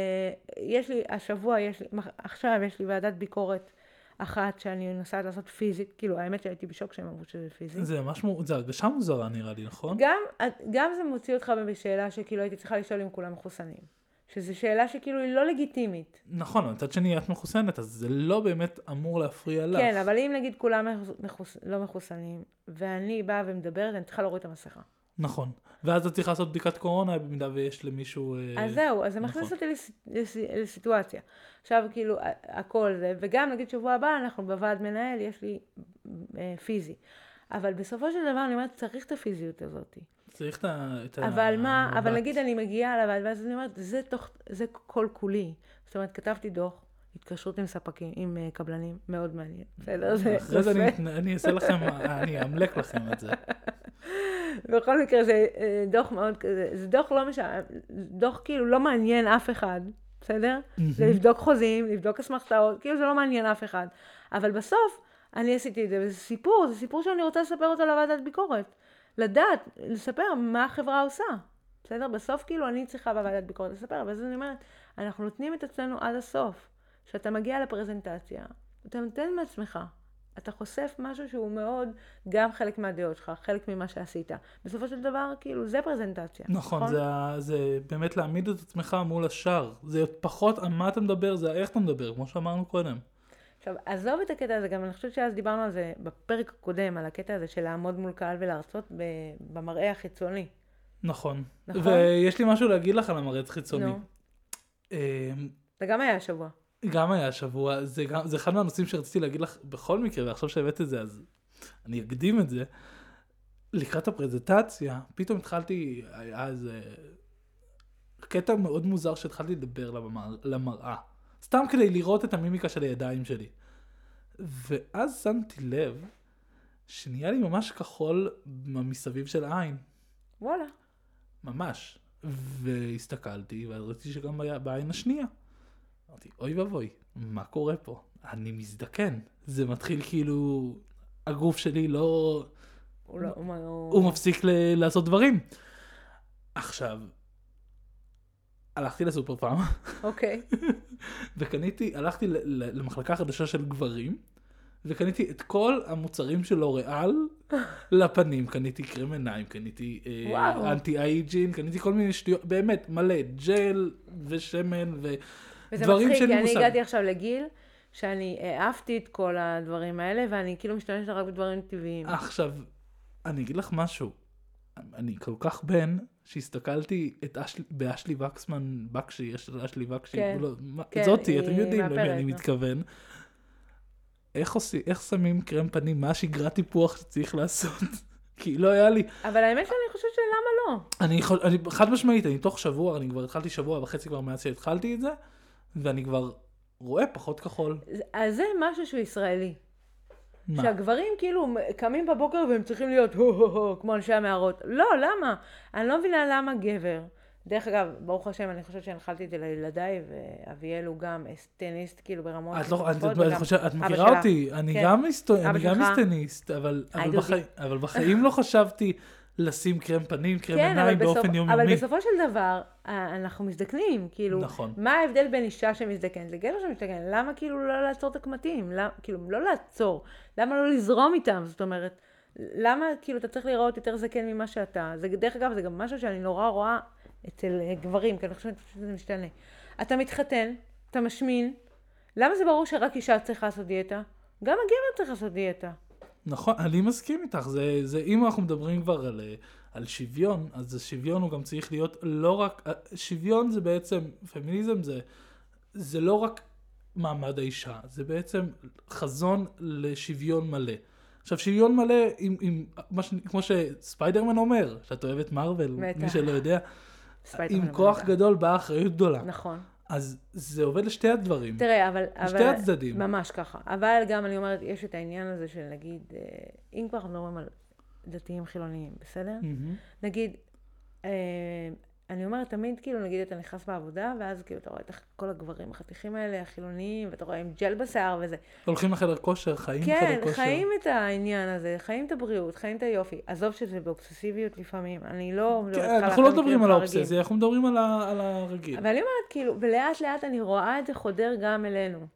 יש לי, השבוע יש לי, עכשיו יש לי ועדת ביקורת אחת שאני נוסעת לעשות פיזית, כאילו האמת שהייתי בשוק שהם אמרו שזה פיזית. זה ממש, זה הרגשה מוזרה נראה לי, נכון? גם, גם זה מוציא אותך בשאלה שכאילו הייתי צריכה לשאול אם כולם מחוסנים. שזו שאלה שכאילו היא לא לגיטימית. נכון, מצד שני את מחוסנת, אז זה לא באמת אמור להפריע לך. כן, אבל אם נגיד כולם מחוס... לא מחוסנים, ואני באה ומדברת, אני צריכה להוריד את המסכה. נכון. ואז את צריכה לעשות בדיקת קורונה, במידה ויש למישהו... אז זהו, אז זה מכניס אותי לסיטואציה. עכשיו כאילו, הכל זה, וגם נגיד שבוע הבא, אנחנו בוועד מנהל, יש לי פיזי. אבל בסופו של דבר, אני אומרת, צריך את הפיזיות הזאת. צריך את ה... אבל מה, אבל נגיד אני מגיעה לוועד, ואז אני אומרת, זה תוך, זה כל כולי. זאת אומרת, כתבתי דוח, התקשרות עם ספקים, עם קבלנים, מאוד מעניין. בסדר, זה... אחרי זה אני אעשה לכם, אני אמלק לכם את זה. בכל מקרה, זה דוח מאוד כזה, זה דוח לא משנה, דוח כאילו לא מעניין אף אחד, בסדר? זה לבדוק חוזים, לבדוק אסמכתאות, כאילו זה לא מעניין אף אחד. אבל בסוף, אני עשיתי את זה, וזה סיפור, זה סיפור שאני רוצה לספר אותו לוועדת ביקורת. לדעת, לספר מה החברה עושה. בסדר? בסוף כאילו אני צריכה בוועדת ביקורת לספר, ואז אני אומרת, אנחנו נותנים את עצמנו עד הסוף. כשאתה מגיע לפרזנטציה, אתה נותן מעצמך. אתה חושף משהו שהוא מאוד, גם חלק מהדעות שלך, חלק ממה שעשית. בסופו של דבר, כאילו, זה פרזנטציה. נכון, נכון? זה, זה באמת להעמיד את עצמך מול השאר. זה פחות על מה אתה מדבר, זה איך אתה מדבר, כמו שאמרנו קודם. עכשיו, עזוב את הקטע הזה, גם אני חושבת שאז דיברנו על זה בפרק הקודם, על הקטע הזה של לעמוד מול קהל ולהרצות במראה החיצוני. נכון. נכון? ויש לי משהו להגיד לך על המראה החיצוני. נו. זה גם היה השבוע. גם היה השבוע. זה, גם, זה אחד מהנושאים שרציתי להגיד לך בכל מקרה, ועכשיו שהבאת את זה, אז אני אקדים את זה. לקראת הפרזנטציה, פתאום התחלתי, היה איזה קטע מאוד מוזר שהתחלתי לדבר למר, למראה. סתם כדי לראות את המימיקה של הידיים שלי. ואז שמתי לב שנהיה לי ממש כחול מסביב של העין. וואלה. ממש. והסתכלתי, וראיתי שגם בעין השנייה. אמרתי, אוי ואבוי, מה קורה פה? אני מזדקן. זה מתחיל כאילו, הגוף שלי לא... הוא, לא, הוא... הוא מפסיק ל- לעשות דברים. עכשיו, הלכתי לסופר פעם. אוקיי. וקניתי, הלכתי ל- ל- למחלקה חדשה של גברים, וקניתי את כל המוצרים של לוריאל לפנים. קניתי קרם עיניים, קניתי אה, אנטי אייג'ין, קניתי כל מיני שטויות, באמת, מלא, ג'ל ושמן ודברים שלי מושג. וזה מצחיק, כי אני הגעתי עכשיו לגיל שאני אהבתי את כל הדברים האלה, ואני כאילו משתמשת רק בדברים טבעיים. עכשיו, אני אגיד לך משהו. אני כל כך בן שהסתכלתי את אשלי, באשלי וקסמן, בקשי, יש אשלי וקשי, כן, לא, כן, זאתי, אתם יודעים מהפרק, למי אני לא. מתכוון. איך עושים, איך שמים קרם פנים? מה השגרת טיפוח שצריך לעשות? כי לא היה לי... אבל האמת שאני חושבת שלמה לא? אני, אני חד משמעית, אני תוך שבוע, אני כבר התחלתי שבוע וחצי כבר מאז שהתחלתי את זה, ואני כבר רואה פחות כחול. אז זה משהו שהוא ישראלי. מה? שהגברים כאילו קמים בבוקר והם צריכים להיות הו-הו-הו, כמו אנשי המערות. לא, למה? אני לא מבינה למה גבר. דרך אגב, ברוך השם, אני חושבת שהנחלתי את זה לילדיי, ואביאל הוא גם טניסט, כאילו ברמות... את לא, את מכירה אותי, אני גם טניסט, אבל בחיים לא חשבתי לשים קרם פנים, קרם עיניים באופן יומיומי. אבל בסופו של דבר, אנחנו מזדקנים, כאילו, מה ההבדל בין אישה שמזדקנת לגבר שמזדקן? למה כאילו לא לעצור את הקמטים? כאילו, לא לעצור. למה לא לזרום איתם? זאת אומרת, למה כאילו אתה צריך לראות יותר זקן ממה שאתה? דרך אגב, זה גם משהו שאני נורא רואה אצל גברים, כי אני חושבת שזה משתנה. אתה מתחתן, אתה משמין, למה זה ברור שרק אישה צריכה לעשות דיאטה? גם הגבר צריך לעשות דיאטה. נכון, אני מסכים איתך, זה, זה, אם אנחנו מדברים כבר על, על שוויון, אז השוויון הוא גם צריך להיות לא רק, שוויון זה בעצם, פמיניזם זה, זה לא רק מעמד האישה, זה בעצם חזון לשוויון מלא. עכשיו, שוויון מלא, עם, עם, ש, כמו שספיידרמן אומר, שאת אוהבת מרוול, מי שלא יודע, עם כוח גדול באה אחריות גדולה. נכון. אז זה עובד לשתי הדברים. תראה, אבל... לשתי אבל, הצדדים. ממש ככה. אבל גם אני אומרת, יש את העניין הזה של נגיד, אם כבר אנחנו מדברים על דתיים חילוניים, בסדר? Mm-hmm. נגיד, אה, אני אומרת תמיד, כאילו, נגיד, אתה נכנס בעבודה, ואז כאילו, אתה רואה את כל הגברים החתיכים האלה, החילוניים, ואתה רואה עם ג'ל בשיער וזה. הולכים לחדר כושר, חיים כן, בחדר כושר. כן, חיים את העניין הזה, חיים את הבריאות, חיים את היופי. עזוב שזה באובססיביות לפעמים. אני לא... כן, אנחנו לא מדברים על האובססיה, אנחנו מדברים על, ה, על הרגיל. אבל אני אומרת, כאילו, ולאט לאט אני רואה את זה חודר גם אלינו.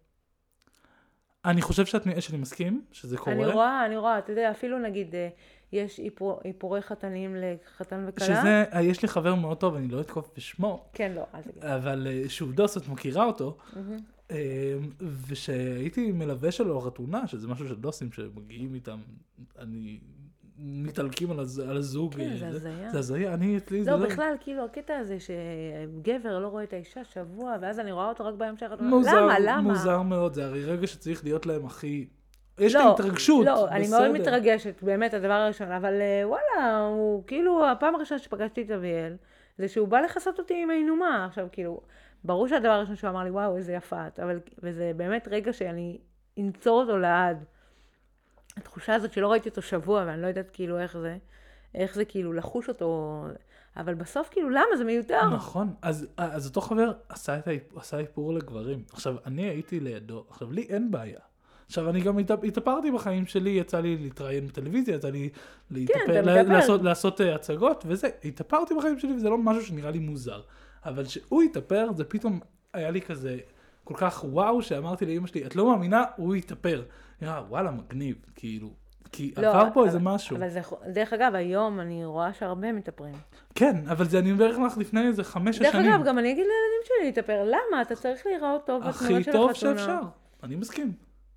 אני חושב שאת, שאני מסכים, שזה קורה. אני רואה, אני רואה, אתה יודע, אפילו נגיד... יש איפור, איפורי חתנים לחתן וכלה. שזה, יש לי חבר מאוד טוב, אני לא אתקוף בשמו. כן, לא, אל תגיד. אבל שהוא דוס, את מכירה אותו. Mm-hmm. ושהייתי מלווה שלו חתונה, שזה משהו של דוסים שמגיעים איתם, אני מתעלקים על, הז, על הזוג. כן, זה הזיה. זה הזיה, אני אצלי... לא, בכלל, לא... כאילו, הקטע הזה שגבר לא רואה את האישה שבוע, ואז אני רואה אותו רק ביום שהחתונה. מוזר, למה? למה? מוזר מאוד, זה הרי רגע שצריך להיות להם הכי... יש לא, לי התרגשות. לא, בסדר. אני מאוד מתרגשת, באמת, הדבר הראשון, אבל וואלה, הוא כאילו, הפעם הראשונה שפגשתי את אביאל, זה שהוא בא לחסות אותי עם העינומה. עכשיו, כאילו, ברור שהדבר הראשון שהוא אמר לי, וואו, איזה יפה את, אבל, וזה באמת רגע שאני אנצור אותו לעד. התחושה הזאת שלא ראיתי אותו שבוע, ואני לא יודעת כאילו איך זה, איך זה כאילו לחוש אותו, אבל בסוף כאילו, למה? זה מיותר. נכון, אז, אז אותו חבר עשה, את האיפ, עשה איפור לגברים. עכשיו, אני הייתי לידו, עכשיו, לי אין בעיה. עכשיו, אני גם התאפרתי בחיים שלי, יצא לי להתראיין בטלוויזיה, יצא לי להתאפר, לעשות, לעשות הצגות, וזה, התאפרתי בחיים שלי, וזה לא משהו שנראה לי מוזר. אבל שהוא התאפר, זה פתאום היה לי כזה, כל כך וואו, שאמרתי לאמא שלי, את לא מאמינה, הוא התאפר. נראה, וואלה, מגניב, כאילו, כי לא, עבר פה אבל, איזה משהו. אבל זה, דרך אגב, היום אני רואה שהרבה מתאפרים. כן, אבל זה אני מברך לך לפני איזה חמש דרך שנים. דרך אגב, גם אני אגיד לילדים שלי להתאפר, למה? אתה צריך להיראות טוב בתמונות של החתונה. הכי טוב שאפשר, אני מסכים.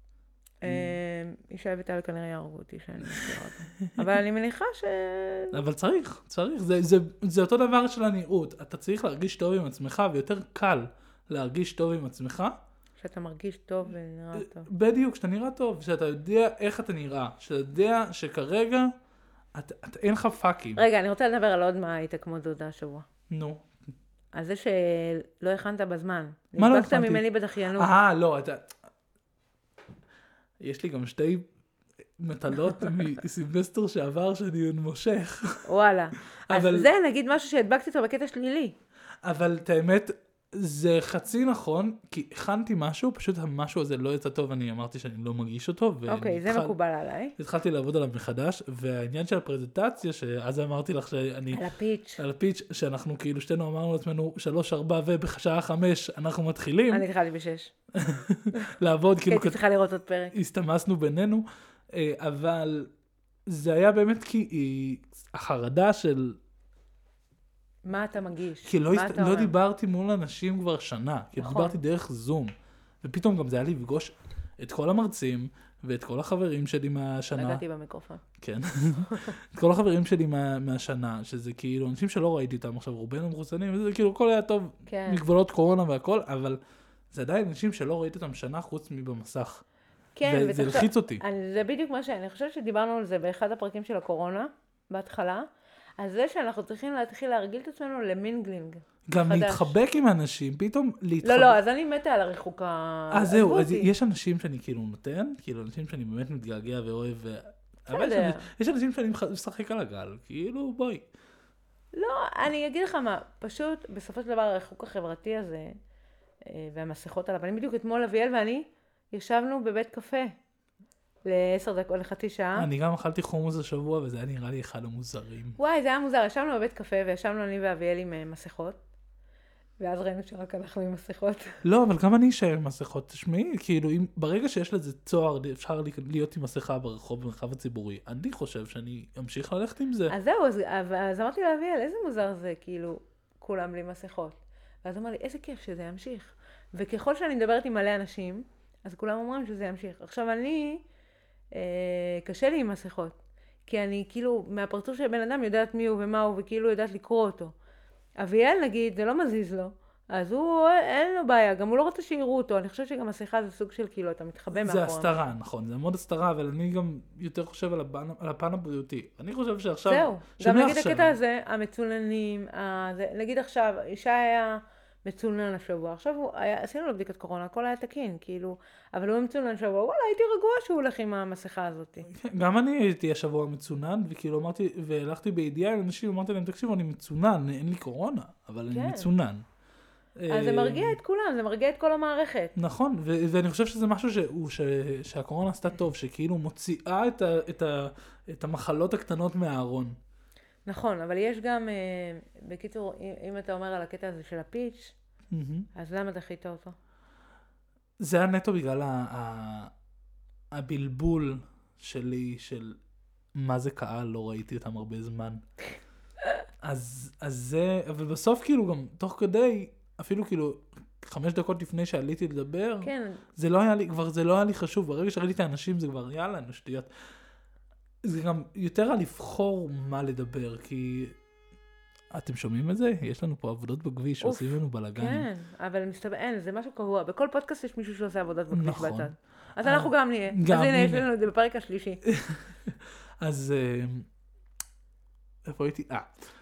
אישה אביטל כנראה יהרגו אותי שאני מכירה אותה. אבל אני מניחה ש... אבל צריך, צריך. זה, זה, זה אותו דבר של הנראות. אתה צריך להרגיש טוב עם עצמך, ויותר קל להרגיש טוב עם עצמך. שאתה מרגיש טוב ונראה טוב. בדיוק, שאתה נראה טוב, שאתה יודע איך אתה נראה. שאתה יודע שכרגע אתה, אתה, אין לך פאקים. רגע, אני רוצה לדבר על עוד מה היית כמו דודה השבוע. נו. על זה שלא הכנת בזמן. מה לא הכנתי? נדבקת ממני בדחיינות. אה, לא, אתה... יש לי גם שתי מטלות מסימסטר שעבר שאני מושך. וואלה. אבל... אז זה נגיד משהו שהדבקתי אותו בקטע שלילי. אבל את האמת, זה חצי נכון, כי הכנתי משהו, פשוט המשהו הזה לא יצא טוב, אני אמרתי שאני לא מגיש אותו. אוקיי, זה מקובל עליי. התחלתי לעבוד עליו מחדש, והעניין של הפרזנטציה, שאז אמרתי לך שאני... על הפיץ'. על הפיץ', שאנחנו כאילו שתינו אמרנו לעצמנו שלוש ארבע ובשעה חמש אנחנו מתחילים. אני התחלתי בשש. לעבוד כאילו... הייתי צריכה לראות עוד פרק. הסתמסנו בינינו, אבל זה היה באמת כי החרדה של... מה אתה מגיש? כי לא, הסת... לא דיברתי מול אנשים כבר שנה, כי נכון. דיברתי דרך זום, ופתאום גם זה היה לי לפגוש את כל המרצים, ואת כל החברים שלי מהשנה. נגעתי במיקרופון. כן. את כל החברים שלי מה, מהשנה, שזה כאילו אנשים שלא ראיתי אותם עכשיו, רובנו מחוסנים, וזה כאילו הכל היה טוב, כן. מגבלות קורונה והכל, אבל זה עדיין אנשים שלא ראיתי אותם שנה חוץ מבמסך. כן. וזה הלחיץ אותי. אני, זה בדיוק מה שאני חושבת שדיברנו על זה באחד הפרקים של הקורונה, בהתחלה, אז זה שאנחנו צריכים להתחיל להרגיל את עצמנו למינגלינג. גם חדש. להתחבק עם אנשים, פתאום להתחבק. לא, לא, אז אני מתה על הריחוק ה... אה, זהו, אז יש אנשים שאני כאילו נותן, כאילו אנשים שאני באמת מתגעגע ואוהב, ו... אבל יש, יש אנשים שאני משחק על הגל, כאילו בואי. לא, אני אגיד לך מה, פשוט בסופו של דבר הריחוק החברתי הזה, והמסכות על הפנים, בדיוק אתמול אביאל ואני ישבנו בבית קפה, לעשר דקות, לחצי שעה. אני גם אכלתי חומוס השבוע, וזה היה נראה לי אחד המוזרים. וואי, זה היה מוזר, ישבנו בבית קפה, וישבנו אני ואביאל עם מסכות, ואז ראינו שרק אנחנו עם מסכות. לא, אבל גם אני אשאר עם מסכות. תשמעי, כאילו, אם, ברגע שיש לזה צוהר, אפשר להיות עם מסכה ברחוב, במרחב הציבורי. אני חושב שאני אמשיך ללכת עם זה. אז זהו, אז, אז אמרתי לאביאל, איזה מוזר זה, כאילו, כולם בלי מסכות. ואז אמר לי, איזה כיף שזה ימשיך. וככל שאני מדברת עם מלא אנשים, אז כולם אומרים שזה ימשיך. עכשיו אני, אה, קשה לי עם מסכות. כי אני, כאילו, מהפרצוף של בן אדם יודעת מי הוא ומה הוא, וכאילו יודעת לקרוא אותו. אביאל, נגיד, זה לא מזיז לו, אז הוא, אין לו בעיה, גם הוא לא רוצה שיראו אותו, אני חושבת שגם מסכה זה סוג של כאילו, אתה מתחבא מאחוריו. זה הסתרה, נכון, זה מאוד הסתרה, אבל אני גם יותר חושב על הפן, על הפן הבריאותי. אני חושב שעכשיו... זהו, גם נגיד הקטע הזה, המצוננים, זה, נגיד עכשיו, אישה היה מצונן השבוע, עכשיו הוא היה, עשינו לו בדיקת קורונה, הכל היה תקין, כאילו, אבל הוא מצונן שבוע, וואלה, הייתי רגוע שהוא הולך עם המסכה הזאת. גם אני הייתי השבוע מצונן, וכאילו אמרתי, והלכתי בידיעה, אנשים אמרתי להם, תקשיבו, אני מצונן, אין לי קורונה, אבל אני מצונן. אז זה מרגיע את כולם, זה מרגיע את כל המערכת. נכון, ו- ואני חושב שזה משהו שהוא, ש- שהקורונה עשתה טוב, שכאילו מוציאה את, ה- את, ה- את המחלות הקטנות מהארון. נכון, אבל יש גם, בקיצור, אם אתה אומר על הקטע הזה של הפיץ', mm-hmm. אז למה דחית אותו? זה היה נטו בגלל ה- ה- הבלבול שלי, של מה זה קהל, לא ראיתי אותם הרבה זמן. אז, אז זה, אבל בסוף כאילו גם תוך כדי, אפילו כאילו חמש דקות לפני שעליתי לדבר, כן. זה לא היה לי, כבר זה לא היה לי חשוב, ברגע שראיתי את האנשים זה כבר, יאללה, נשטויות. זה גם יותר על לבחור מה לדבר, כי אתם שומעים את זה? יש לנו פה עבודות בכביש שעושים לנו בלגנים. כן, אבל מסתבר, אין, זה משהו קבוע. בכל פודקאסט יש מישהו שעושה עבודות בכביש נכון. בצד. אז אנחנו גם נהיה. גם אז הנה, יש לנו את זה בפרק השלישי. אז איפה הייתי? אה.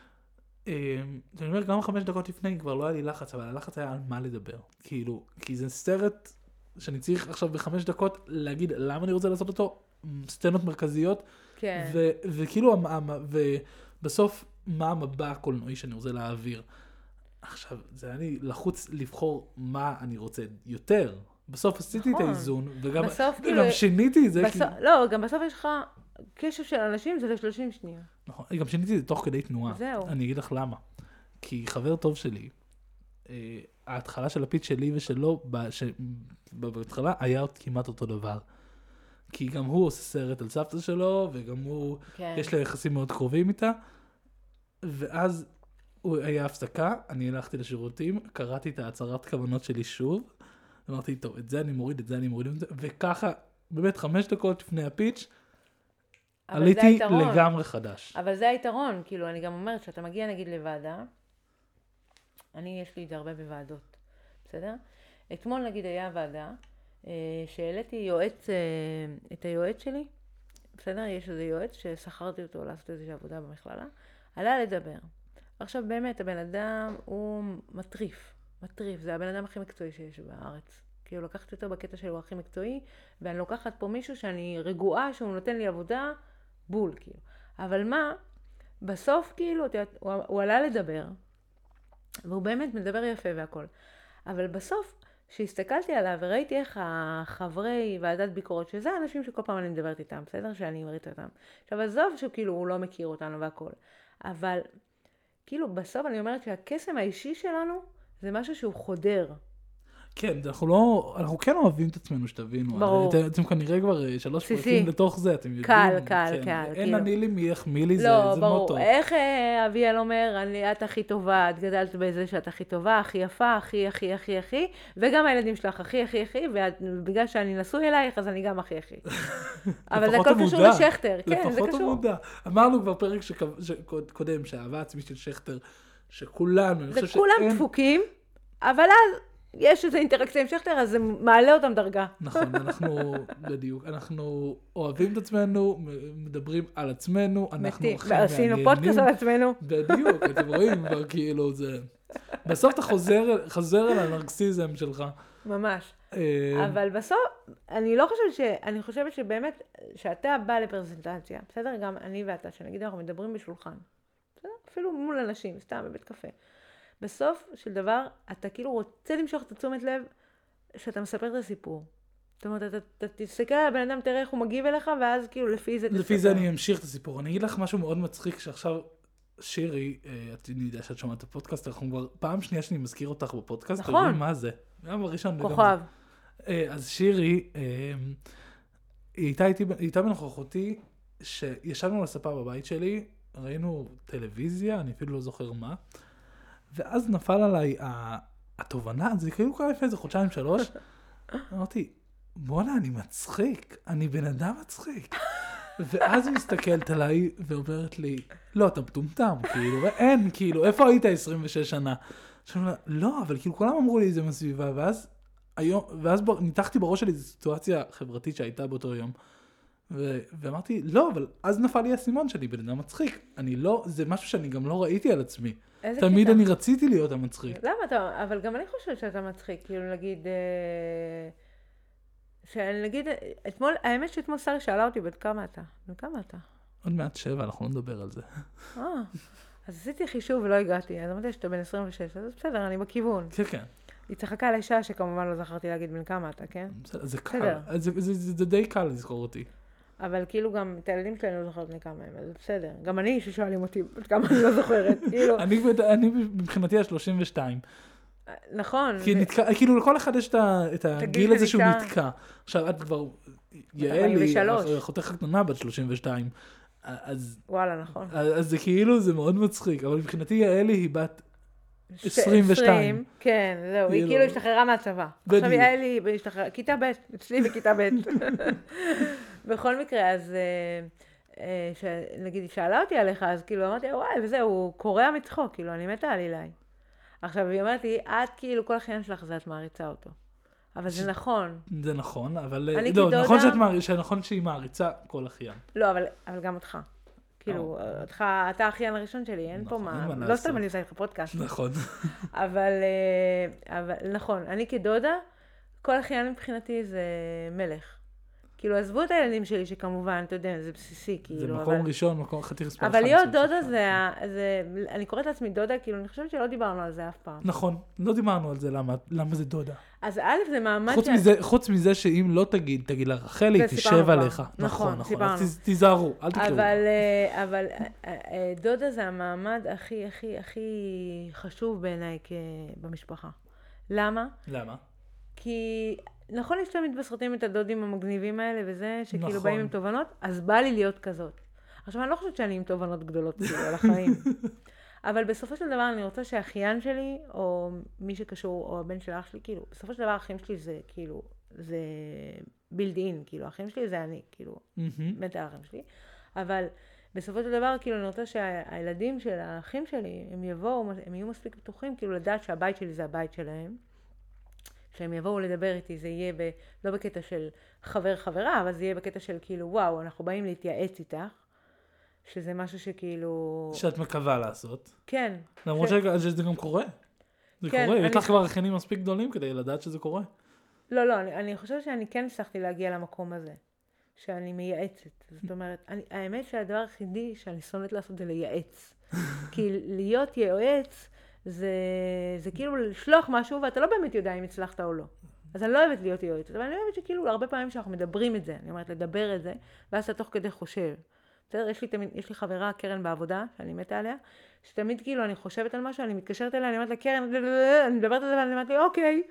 אני אומר, גם חמש דקות לפני כבר לא היה לי לחץ, אבל הלחץ היה על מה לדבר. כאילו, כי זה סרט שאני צריך עכשיו בחמש דקות להגיד למה אני רוצה לעשות אותו, סצנות מרכזיות, כן. ו- וכאילו, ובסוף, מה המבע הקולנועי שאני רוצה להעביר. עכשיו, זה היה לי לחוץ לבחור מה אני רוצה יותר. בסוף עשיתי נכון. את האיזון, וגם בסוף, וגם כאילו, שיניתי את זה. בסוף, כאילו... לא, גם בסוף יש לך קשב של אנשים, זה ל-שלושים שניה. נכון, גם שיניתי את זה תוך כדי תנועה. זהו. אני אגיד לך למה. כי חבר טוב שלי, אה, ההתחלה של הפיץ שלי ושלו, ש... בהתחלה היה כמעט אותו דבר. כי גם הוא עושה סרט על סבתא שלו, וגם הוא, כן. יש לה יחסים מאוד קרובים איתה. ואז הוא היה הפסקה, אני הלכתי לשירותים, קראתי את ההצהרת כוונות שלי שוב, אמרתי, טוב, את זה אני מוריד, את זה אני מוריד, וככה, באמת חמש דקות לפני הפיץ', עליתי לגמרי חדש. אבל זה היתרון, כאילו, אני גם אומרת, שאתה מגיע נגיד לוועדה, אני, יש לי את זה הרבה בוועדות, בסדר? אתמול נגיד היה ועדה, שהעליתי יועץ, את היועץ שלי, בסדר? יש איזה יועץ ששכרתי אותו לעשות איזושהי עבודה במכללה, עלה לדבר. עכשיו באמת, הבן אדם הוא מטריף, מטריף, זה הבן אדם הכי מקצועי שיש בארץ. כאילו לקחתי אותו בקטע שלו הכי מקצועי, ואני לוקחת פה מישהו שאני רגועה, שהוא נותן לי עבודה, בול, כאילו. אבל מה, בסוף כאילו, הוא, הוא עלה לדבר, והוא באמת מדבר יפה והכל. אבל בסוף, כשהסתכלתי עליו וראיתי איך החברי ועדת ביקורת, שזה האנשים שכל פעם אני מדברת איתם, בסדר? שאני מראית אותם. עכשיו, עזוב שכאילו הוא לא מכיר אותנו והכל. אבל כאילו בסוף אני אומרת שהקסם האישי שלנו זה משהו שהוא חודר. כן, אנחנו לא, אנחנו כן אוהבים את עצמנו שתבינו. ברור. אתם, אתם כנראה כבר שלוש פרקים לתוך זה, אתם יודעים. קל, קל, כן. קל. אין כאילו. אני לי מי יחמיא לי, לא, זה, ברור. זה מוטו. איך אביאל אומר, אני, את הכי טובה, את גדלת בזה שאת הכי טובה, הכי יפה, הכי, הכי, הכי, הכי, וגם הילדים שלך הכי, הכי, הכי, ובגלל שאני נשוי אלייך, אז אני גם הכי, הכי. אבל זה הכל קשור לשכטר. כן, זה קשור. לפחות המודע. אמרנו כבר פרק שקודם, שהאהבה עצמית של שכטר, שכולנו, זה כולם דפוקים, אבל אז יש איזו אינטראקציה עם שכטר, אז זה מעלה אותם דרגה. נכון, אנחנו, בדיוק, אנחנו אוהבים את עצמנו, מדברים על עצמנו, אנחנו הכי מעניינים. עשינו פודקאסט על עצמנו. בדיוק, אתם רואים, כבר כאילו זה... בסוף אתה חוזר, חוזר על הנרקסיזם שלך. ממש. אבל בסוף, אני לא חושבת ש... אני חושבת שבאמת, שאתה בא לפרזנטציה, בסדר? גם אני ואתה, שנגיד אנחנו מדברים בשולחן. בסדר? אפילו מול אנשים, סתם בבית קפה. בסוף של דבר, אתה כאילו רוצה למשוך את התשומת לב שאתה מספר את הסיפור. זאת אומרת, אתה, אתה תסתכל על הבן אדם, תראה איך הוא מגיב אליך, ואז כאילו לפי זה... לפי זה אני אמשיך את הסיפור. אני אגיד לך משהו מאוד מצחיק, שעכשיו שירי, אני יודע שאת שומעת את הפודקאסט, אנחנו כבר פעם שנייה שאני מזכיר אותך בפודקאסט, נכון. תראי מה זה. גם בראשון. כוכב. אז שירי, היא הייתה, היא הייתה בנוכחותי, שישבנו על הספה בבית שלי, ראינו טלוויזיה, אני אפילו לא זוכר מה, ואז נפל עליי התובנה, זה כאילו קרה לפני איזה חודשיים שלוש, אמרתי, בוא'נה, אני מצחיק, אני בן אדם מצחיק. ואז היא מסתכלת עליי ואומרת לי, לא, אתה מטומטם, כאילו, אין, כאילו, איפה היית עשרים ושש שנה? עכשיו, לא, אבל כאילו, כולם אמרו לי איזה מסביבה, ואז, היום, ואז ניתחתי בראש שלי איזו סיטואציה חברתית שהייתה באותו יום, ו- ואמרתי, לא, אבל אז נפל לי הסימון שלי, בן אדם מצחיק. אני לא, זה משהו שאני גם לא ראיתי על עצמי. תמיד אני רציתי להיות המצחיק. למה אתה, אבל גם אני חושבת שאתה מצחיק, כאילו נגיד, שאני נגיד, אתמול, האמת שאתמול שרי שאלה אותי, בת כמה אתה? בת כמה אתה? עוד מעט שבע, אנחנו לא נדבר על זה. אה, אז עשיתי חישוב ולא הגעתי, אז אמרתי שאתה בן עשרים ושש, אז בסדר, אני בכיוון. כן, כן. היא צחקה על האישה שכמובן לא זכרתי להגיד בן כמה אתה, כן? זה קל, זה די קל לזכור אותי. אבל כאילו גם את הילדים שלי אני לא זוכרת מכמה הם, אז בסדר. גם אני ששואלים אותי כמה אני לא זוכרת, כאילו. אני מבחינתי ה-שלושים ושתיים. נכון. כאילו לכל אחד יש את הגיל הזה שהוא נתקע. עכשיו את כבר, יעלי, אחותך קטנה בת שלושים ושתיים. וואלה, נכון. אז זה כאילו, זה מאוד מצחיק, אבל מבחינתי יעלי היא בת עשרים ושתיים. כן, זהו, היא כאילו השתחררה מהצבא. עכשיו יעלי, כיתה ב', אצלי בכיתה ב'. בכל מקרה, אז נגיד, היא שאלה אותי עליך, אז כאילו אמרתי, וואי, וזהו, הוא קורע מצחוק, כאילו, אני מתה על אילי. עכשיו, היא אומרת לי, את כאילו, כל החיין שלך זה את מעריצה אותו. אבל זה נכון. זה נכון, אבל לא, נכון שהיא מעריצה כל החיין. לא, אבל גם אותך. כאילו, אתה האחיין הראשון שלי, אין פה מה, לא סתם אני עושה לך פודקאסט. נכון. אבל, נכון, אני כדודה, כל אחיין מבחינתי זה מלך. כאילו, עזבו את הילדים שלי, שכמובן, אתה יודע, זה בסיסי, כאילו. זה מקום ראשון, מקום חתיך ספר. אבל להיות דודה זה, אני קוראת לעצמי דודה, כאילו, אני חושבת שלא דיברנו על זה אף פעם. נכון, לא דיברנו על זה, למה זה דודה. אז א' זה מעמד... חוץ מזה שאם לא תגיד, תגיד לה, רחלי, תשב עליך. נכון, נכון, אז תיזהרו, אל תקראו. אבל דודה זה המעמד הכי, הכי, הכי חשוב בעיניי במשפחה. למה? למה? כי... נכון, יש תמיד בסרטים את הדודים המגניבים האלה וזה, שכאילו נכון. באים עם תובנות, אז בא לי להיות כזאת. עכשיו, אני לא חושבת שאני עם תובנות גדולות כאילו על החיים. אבל בסופו של דבר אני רוצה שהאחיין שלי, או מי שקשור, או הבן של האח שלי, כאילו, בסופו של דבר האחים שלי זה כאילו, זה בילד אין, כאילו, האחים שלי זה אני, כאילו, באמת האחים שלי. אבל בסופו של דבר, כאילו, אני רוצה שהילדים של האחים שלי, הם יבואו, הם יהיו מספיק פתוחים, כאילו, לדעת שהבית שלי זה הבית שלהם. שהם יבואו לדבר איתי, זה יהיה ב, לא בקטע של חבר חברה, אבל זה יהיה בקטע של כאילו, וואו, אנחנו באים להתייעץ איתך, שזה משהו שכאילו... שאת מקווה לעשות. כן. למרות ש... שזה גם קורה. זה כן, קורה, אני... יש לך כבר אחינים מספיק גדולים כדי לדעת שזה קורה. לא, לא, אני, אני חושבת שאני כן הצלחתי להגיע למקום הזה, שאני מייעצת. זאת אומרת, אני, האמת שהדבר היחידי שאני שונאת לעשות זה לייעץ. כי להיות יועץ, זה, זה כאילו לשלוח משהו, ואתה לא באמת יודע אם הצלחת או לא. אז אני לא אוהבת להיות יועצת, אבל אני אוהבת שכאילו, הרבה פעמים שאנחנו מדברים את זה, אני אומרת לדבר את זה, ואז אתה תוך כדי חושב. בסדר, יש לי תמיד, יש לי חברה, קרן בעבודה, שאני מתה עליה, שתמיד כאילו אני חושבת על משהו, אני מתקשרת אליה, אני אומרת לה, קרן, אני מדברת על זה, ואני אומרת לי, אוקיי,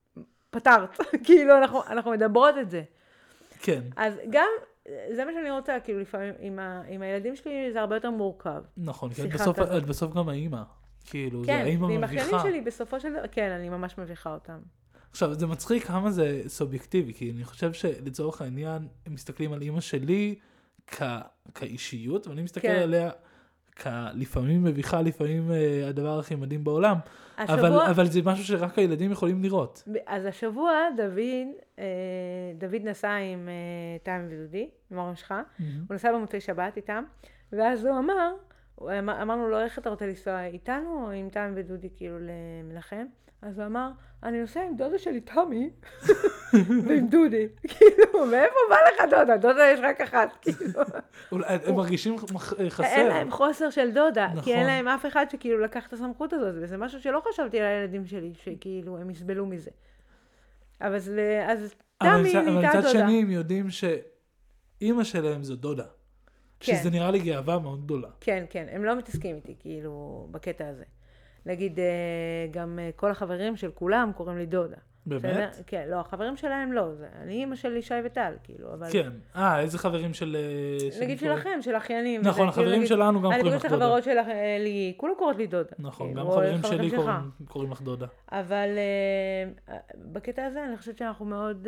פתרת. כאילו, אנחנו, אנחנו מדברות את זה. כן. אז גם, זה מה שאני רוצה, כאילו, לפעמים, עם, ה, עם הילדים שלי, זה הרבה יותר מורכב. נכון, כי בסוף, את בסוף גם האמא. כאילו, כן, זה האמא מביכה. ועם אחיינים שלי בסופו של דבר, כן, אני ממש מביכה אותם. עכשיו, זה מצחיק כמה זה סובייקטיבי, כי אני חושב שלצורך העניין, הם מסתכלים על אמא שלי כ... כאישיות, ואני מסתכל כן. עליה לפעמים מביכה, לפעמים הדבר הכי מדהים בעולם, השבוע... אבל, אבל זה משהו שרק הילדים יכולים לראות. אז השבוע דוד, דוד נסע עם תמי ודודי, עם ההורים שלך, mm-hmm. הוא נסע במוצאי שבת איתם, ואז הוא אמר, אמרנו לו, איך אתה רוצה לנסוע איתנו או עם תמי ודודי כאילו למנחם? אז הוא אמר, אני נוסע עם דודה שלי תמי ועם דודי. כאילו, מאיפה בא לך דודה? דודה יש רק אחת, כאילו. הם מרגישים חסר. אין להם חוסר של דודה, כי אין להם אף אחד שכאילו לקח את הסמכות הזאת, וזה משהו שלא חשבתי על הילדים שלי, שכאילו הם יסבלו מזה. אבל אז תמי נהייתה דודה. אבל מצד שני הם יודעים שאימא שלהם זו דודה. שזה נראה לי גאווה מאוד גדולה. כן, כן, הם לא מתעסקים איתי, כאילו, בקטע הזה. נגיד, גם כל החברים של כולם קוראים לי דודה. באמת? כן, לא, החברים שלהם לא, זה, אני אימא של ישי וטל, כאילו, אבל... כן, אה, איזה חברים של... נגיד שלכם, של אחיינים. נכון, החברים שלנו גם קוראים לך דודה. אני פוגשת החברות שלי, כולם קוראות לי דודה. נכון, גם חברים שלי קוראים לך דודה. אבל בקטע הזה אני חושבת שאנחנו מאוד...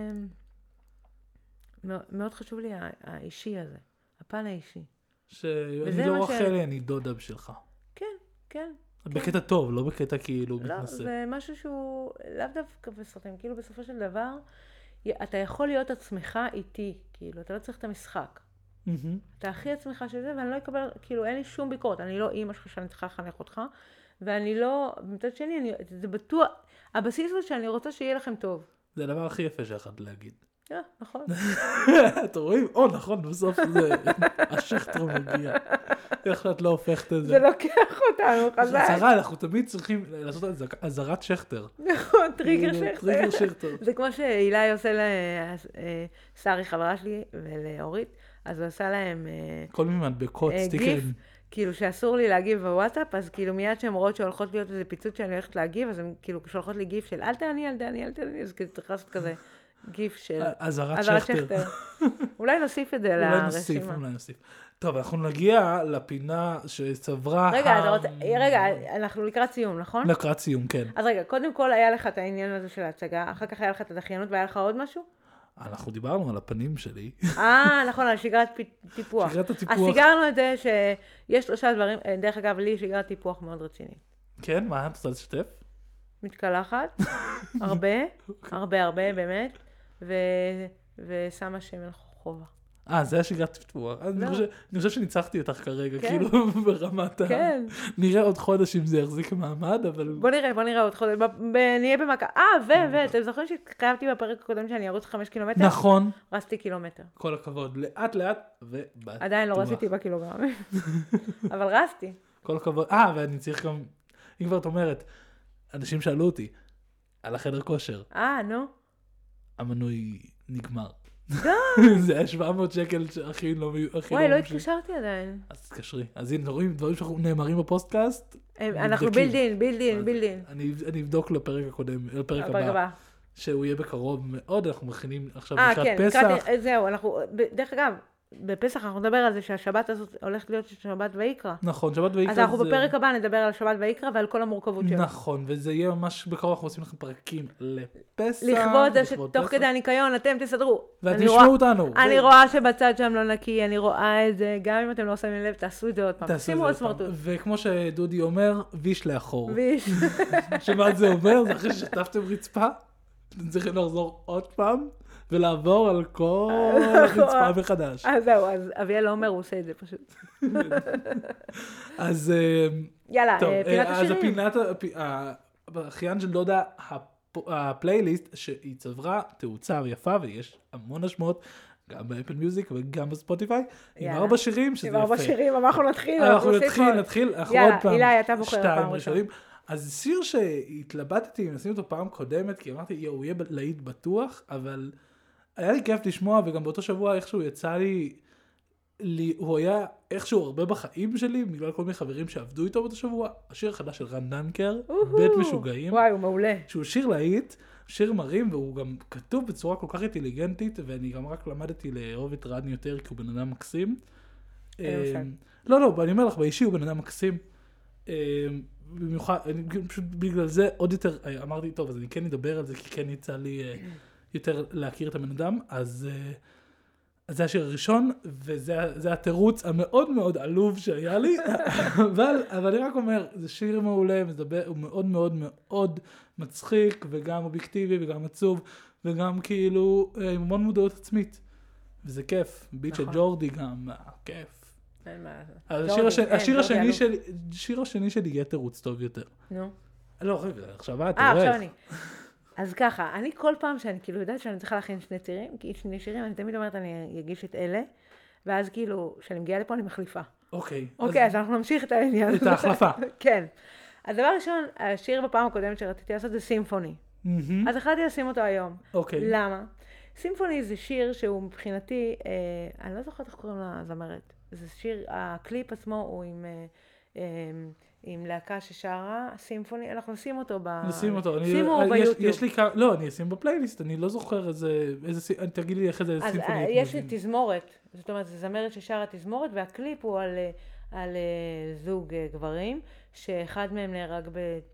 מאוד חשוב לי האישי הזה, הפן האישי. שאני לא רחלי, אני דודה בשבילך. כן, כן. בקטע טוב, לא בקטע כאילו מתנשא. לא, זה משהו שהוא לאו דווקא בסרטים, כאילו בסופו של דבר, אתה יכול להיות עצמך איתי, כאילו, אתה לא צריך את המשחק. אתה הכי עצמך של זה, ואני לא אקבל, כאילו, אין לי שום ביקורת, אני לא אימא שלך שאני צריכה לחנך אותך, ואני לא, במצד שני, זה בטוח, הבסיס הוא שאני רוצה שיהיה לכם טוב. זה הדבר הכי יפה שיכולת להגיד. אה, נכון. אתם רואים? או, נכון, בסוף זה השכתר מגיע. איך שאת לא הופכת את זה. זה לוקח אותנו, חזק. הצהרה, אנחנו תמיד צריכים לעשות את זה, עזרת שכתר. נכון, טריגר שכתר. טריגר שכתר. זה כמו שאילי עושה לשרי, חברה שלי, ולאורית, אז הוא עושה להם... כל מיני מדבקות, סטיקרים. כאילו שאסור לי להגיב בוואטסאפ, אז כאילו מיד שהן רואות שהולכות להיות איזה פיצוץ שאני הולכת להגיב, אז הן כאילו שולחות לי גיף של אל תעני, אל תעני, אל תעני, אז כאילו צריך לעשות כזה גיף של... עזרת שכתר. אולי נוסיף את זה לרשימה. אולי נוסיף, אולי נוסיף. טוב, אנחנו נגיע לפינה שצברה... רגע, אתה רוצה... רגע, אנחנו לקראת סיום, נכון? לקראת סיום, כן. אז רגע, קודם כל היה לך את העניין הזה של ההצגה, אחר כך היה לך את הדחיינות והיה לך עוד משהו? אנחנו דיברנו על הפנים שלי. אה, נכון, על שגרת טיפוח. שגרת הטיפוח. אז סיגרנו את זה שיש שלושה דברים, דרך אגב, לי שגרת טיפוח מאוד רצינית. כן, מה, את רוצה לשתף? מתקלחת, הרבה, הרבה, הרבה, באמת, ושמה שמן חובה. אה, זה היה שגרת טיפוח. אני חושב שניצחתי אותך כרגע, כאילו ברמת ה... כן. נראה עוד חודש אם זה יחזיק מעמד, אבל... בוא נראה, בוא נראה עוד חודש. נהיה במכה. אה, ו, ו, אתם זוכרים שהתחייבתי בפרק הקודם שאני ארוץ חמש קילומטר? נכון. רצתי קילומטר. כל הכבוד. לאט לאט ובטוח. עדיין לא רציתי בקילוגרמים. אבל רצתי. כל הכבוד. אה, ואני צריך גם... אם כבר את אומרת, אנשים שאלו אותי על החדר כושר. אה, נו. המנוי נגמר. די. זה היה שבע מאות שקל שהכי לא... וואי, לא התקשרתי עדיין. אז תקשרי. אז הנה, רואים דברים שאנחנו נאמרים בפוסטקאסט. אנחנו בילדין, בילדין, בילדין. אני אבדוק לפרק הקודם, לפרק הבא. שהוא יהיה בקרוב מאוד, אנחנו מכינים עכשיו לקראת פסח. אה, כן, זהו, אנחנו... דרך אגב, בפסח אנחנו נדבר על זה שהשבת הזאת הולכת להיות שבת ויקרא. נכון, שבת ויקרא. אז אנחנו בפרק הבא נדבר על שבת ויקרא ועל כל המורכבות שלו. נכון, וזה יהיה ממש בקרוב, אנחנו עושים לכם פרקים לפסח. לכבוד זה שתוך כדי הניקיון אתם תסדרו. ותשמעו אותנו. אני רואה שבצד שם לא נקי, אני רואה את זה, גם אם אתם לא שמים לב, תעשו את זה עוד פעם. שימו עוד סמרטוט. וכמו שדודי אומר, ויש לאחור. ויש. שמה זה אומר? זה אחרי ששטפתם רצפה, אתם צריכים לחזור עוד פעם. ולעבור על כל רצפה מחדש. אז זהו, אז אביאל לא אומר, הוא עושה את זה פשוט. אז... יאללה, פינת השירים. אז הפינת, האחיין של דודה, הפלייליסט, שהיא צברה תאוצה ויפה, ויש המון השמעות, גם באפל מיוזיק וגם בספוטיפיי, עם ארבע שירים, שזה יפה. עם ארבע שירים, אנחנו נתחיל. אנחנו נתחיל, נתחיל, אנחנו עוד פעם. יאללה, אילי, אתה בוחר פעם ראשון. אז שיר שהתלבטתי, נשים אותו פעם קודמת, כי אמרתי, הוא יהיה להיט בטוח, אבל... היה לי כיף לשמוע, וגם באותו שבוע איכשהו יצא לי, לי, הוא היה איכשהו הרבה בחיים שלי, בגלל כל מיני חברים שעבדו איתו באותו שבוע, השיר החדש של רן דנקר, בית משוגעים. וואי, הוא מעולה. שהוא שיר להיט, שיר מרים, והוא גם כתוב בצורה כל כך אינטליגנטית, ואני גם רק למדתי לאהוב את רן יותר, כי הוא בן אדם מקסים. לא, לא, אני אומר לך, באישי הוא בן אדם מקסים. במיוחד, פשוט בגלל זה עוד יותר, אמרתי, טוב, אז אני כן אדבר על זה, כי כן יצא לי... יותר להכיר את הבן אדם, אז, אז זה השיר הראשון, וזה התירוץ המאוד מאוד עלוב שהיה לי, אבל, אבל אני רק אומר, זה שיר מעולה, מדבר, הוא מאוד מאוד מאוד מצחיק, וגם אובייקטיבי, וגם עצוב, וגם כאילו עם המון מודעות עצמית. וזה כיף, ביט של ג'ורדי גם, כיף. השיר השני שלי, השיר השני שלי יהיה תירוץ טוב יותר. נו. לא, רגע, עכשיו את, אה, עכשיו אני. אז ככה, אני כל פעם שאני כאילו יודעת שאני צריכה להכין שני שירים, כי שני שירים, אני תמיד אומרת, אני אגיש את אלה, ואז כאילו, כשאני מגיעה לפה, אני מחליפה. אוקיי. אוקיי, אז אנחנו נמשיך את העניין. את ההחלפה. כן. אז דבר ראשון, השיר בפעם הקודמת שרציתי לעשות זה סימפוני. אז החלטתי לשים אותו היום. אוקיי. למה? סימפוני זה שיר שהוא מבחינתי, אני לא זוכרת איך קוראים לזמרת. זה שיר, הקליפ עצמו הוא עם... עם להקה ששרה, סימפוני, אנחנו נשים אותו ב... נשים אותו. שימו ביוטיוב. יש לי כמה, לא, אני אשים בפלייליסט, אני לא זוכר איזה, איזה, תגיד לי איך איזה סימפוני. אז יש לי תזמורת, זאת אומרת, זה זמרת ששרה תזמורת, והקליפ הוא על, על זוג גברים, שאחד מהם נהרג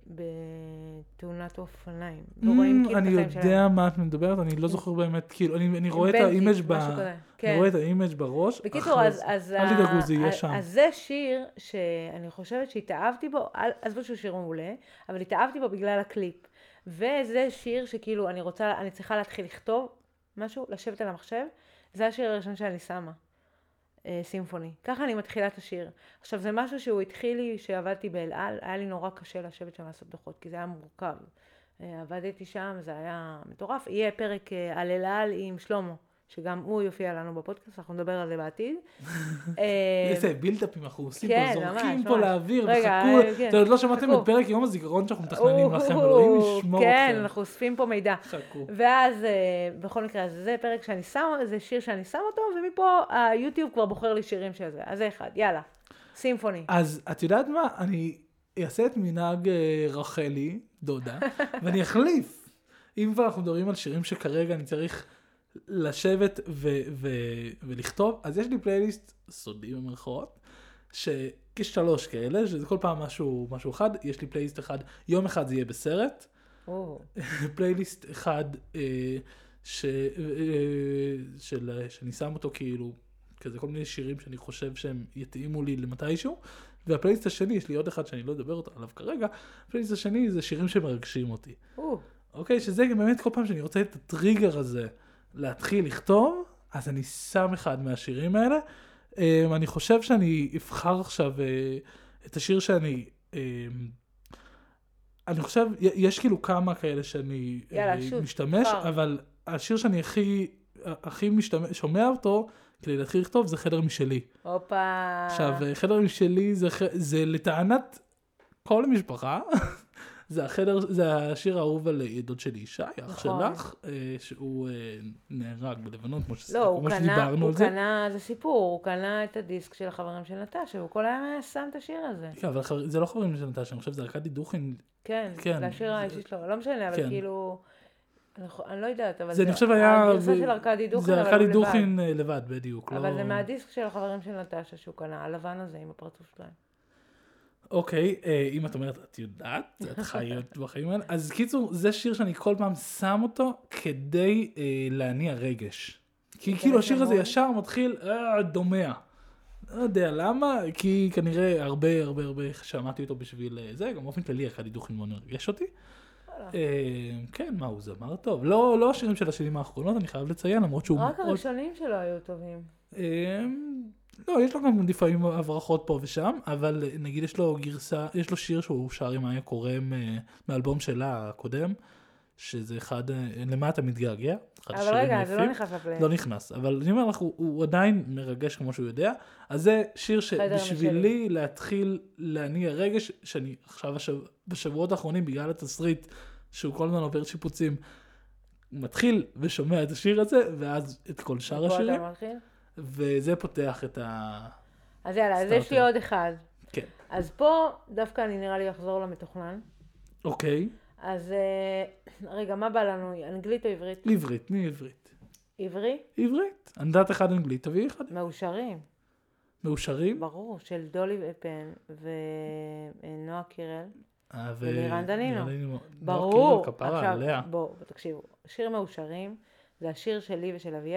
בתאונת אופניים. אני יודע מה את מדברת, אני לא זוכר באמת, כאילו, אני רואה את האימג' ב... אני רואה את האימג' בראש. בקיצור, אז... אל תדאגו, זה יהיה שם. אז זה שיר שאני חושבת שהתאהבתי בו, עזבו שהוא שיר מעולה, אבל התאהבתי בו בגלל הקליפ. וזה שיר שכאילו אני רוצה, אני צריכה להתחיל לכתוב משהו, לשבת על המחשב. זה השיר הראשון שאני שמה. סימפוני. ככה אני מתחילה את השיר. עכשיו, זה משהו שהוא התחיל לי, שעבדתי באלעל, היה לי נורא קשה לשבת שם לעשות דוחות, כי זה היה מורכב. עבדתי שם, זה היה מטורף. יהיה פרק על אלעל עם שלמה, שגם הוא יופיע לנו בפודקאסט, אנחנו נדבר על זה בעתיד. איזה בילדאפים אנחנו עושים פה, זורקים פה לאוויר, וחכו, אתם עוד לא שמעתם את פרק יום הזיכרון שאנחנו מתכננים לכם, אלוהים ישמור אתכם. כן, אנחנו אוספים פה מידע. חכו. ואז, בכל מקרה, זה פרק שאני שמה, זה שיר שאני שמה אותו, ומפה היוטיוב כבר בוחר לי שירים של זה. אז זה אחד, יאללה, סימפוני. אז את יודעת מה? אני אעשה את מנהג רחלי, דודה, ואני אחליף. אם כבר אנחנו מדברים על שירים שכרגע אני צריך לשבת ו- ו- ולכתוב, אז יש לי פלייליסט סודי במרכאות, שיש שלוש כאלה, שזה כל פעם משהו, משהו אחד, יש לי פלייליסט אחד, יום אחד זה יהיה בסרט, oh. פלייליסט אחד אה, ש- אה, של, שאני שם אותו כאילו, כזה כל מיני שירים שאני חושב שהם יתאימו לי למתישהו, והפלייליסט השני, יש לי עוד אחד שאני לא אדבר עליו כרגע, הפלייליסט השני זה שירים שמרגשים אותי. Oh. אוקיי, שזה באמת כל פעם שאני רוצה את הטריגר הזה, להתחיל לכתוב, אז אני שם אחד מהשירים האלה. אני חושב שאני אבחר עכשיו את השיר שאני, אני חושב, יש כאילו כמה כאלה שאני יאללה, משתמש, שוט, אבל השיר שאני הכי, הכי משתמש, שומע אותו, כדי להתחיל לכתוב, זה חדר משלי. אופה. עכשיו, חדר משלי זה, זה לטענת כל המשפחה, זה החדר, זה השיר האהוב על ידוד שלי ישי, אח שלך, שהוא נהרג בלבנון, כמו שדיברנו על זה. הוא קנה, זה סיפור, הוא קנה את הדיסק של החברים של נטשה, הוא כל היום שם את השיר הזה. כן, אבל זה לא חברים של נטשה, אני חושב שזה ארכדי דוכין. כן, זה השיר האישי שלו, לא משנה, אבל כאילו, אני לא יודעת, אבל זה הגרסה של ארכדי דוכין, זה ארכדי דוכין לבד, בדיוק. אבל זה מהדיסק של החברים של נטשה שהוא קנה, הלבן הזה עם הפרצוף שלהם. אוקיי, אם את אומרת, את יודעת, את חיות בחיים האלה, אז קיצור, זה שיר שאני כל פעם שם אותו כדי להניע רגש. כי כאילו השיר הזה ישר מתחיל דומע. לא יודע למה, כי כנראה הרבה הרבה הרבה שמעתי אותו בשביל זה, גם באופן כללי אחד הידוך מאוד מרגש אותי. כן, מה, הוא זמר טוב. לא השירים של השנים האחרונות, אני חייב לציין, למרות שהוא... רק הראשונים שלו היו טובים. לא, יש לו גם לפעמים הברחות פה ושם, אבל נגיד יש לו גרסה, יש לו שיר שהוא שר עם איה קורם מאלבום שלה הקודם, שזה אחד, למה אתה מתגעגע? אבל רגע, זה לא נכנס לפלייליסט. לא נכנס, אבל אני אומר לך, הוא, הוא עדיין מרגש כמו שהוא יודע, אז זה שיר שבשבילי להתחיל להניע רגש, שאני עכשיו השב, בשבועות האחרונים בגלל התסריט, שהוא כל הזמן עובר שיפוצים, מתחיל ושומע את השיר הזה, ואז את כל שאר השירים. וזה פותח את ה... אז יאללה, אז יש לי עוד אחד. כן. אז פה דווקא אני נראה לי אחזור למתוכנן. אוקיי. אז רגע, מה בא לנו? אנגלית או עברית? עברית, מי עברית? עברי? עברית. ענדת אחד אנגלית, תביא אחד. מאושרים. מאושרים? ברור, של דולי פן ונועה קירל. ולירן דנינו. ברור. כפרה עליה. בואו, תקשיבו. שיר מאושרים זה השיר שלי ושל אביאל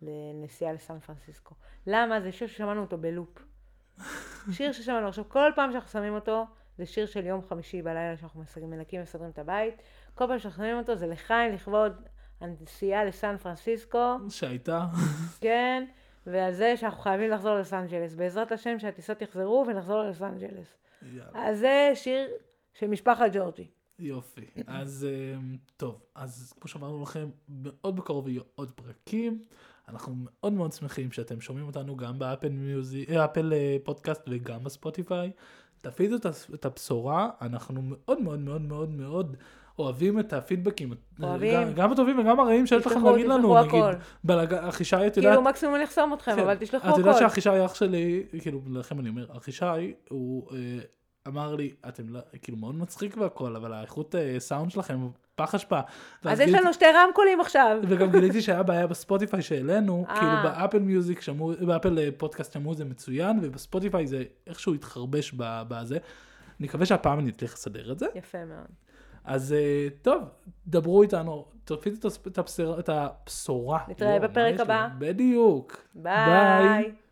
לנסיעה לסן פרנסיסקו. למה? זה שיר ששמענו אותו בלופ. שיר ששמענו, עכשיו כל פעם שאנחנו שמים אותו, זה שיר של יום חמישי בלילה שאנחנו מנקים ומסדרים את הבית. כל פעם שאנחנו שמים אותו זה לחיים לכבוד הנסיעה לסן פרנסיסקו. שהייתה. כן, ועל זה שאנחנו חייבים לחזור ללוס אנג'לס. בעזרת השם שהטיסות יחזרו ונחזור ללוס אנג'לס. אז זה שיר של משפחת ג'ורג'י. יופי. אז טוב, אז כמו שאמרנו לכם, מאוד בקרוב יהיו עוד פרקים. אנחנו מאוד מאוד שמחים שאתם שומעים אותנו גם באפל מיוזיק, אפל פודקאסט וגם בספוטיפיי. תפיצו את הבשורה, אנחנו מאוד מאוד מאוד מאוד מאוד אוהבים את הפידבקים. אוהבים. גם הטובים וגם הרעים שיש לכם להגיד לנו. נגיד, החישאי, את יודעת... כאילו מקסימום נחסום אתכם, אבל תשלחו הכל. את יודעת שהחישאי אח שלי, כאילו לכם אני אומר, החישאי הוא אמר לי, אתם כאילו מאוד מצחיק והכל, אבל האיכות סאונד שלכם פח השפעה. אז יש לנו שתי רמקולים עכשיו. וגם גיליתי שהיה בעיה בספוטיפיי שאלינו, כאילו באפל מיוזיק שמעו, באפל פודקאסט שמעו זה מצוין, ובספוטיפיי זה איכשהו התחרבש בזה. אני מקווה שהפעם אני אצליח לסדר את זה. יפה מאוד. אז טוב, דברו איתנו, תפיצו את הבשורה. נתראה בפרק הבא. בדיוק. ביי.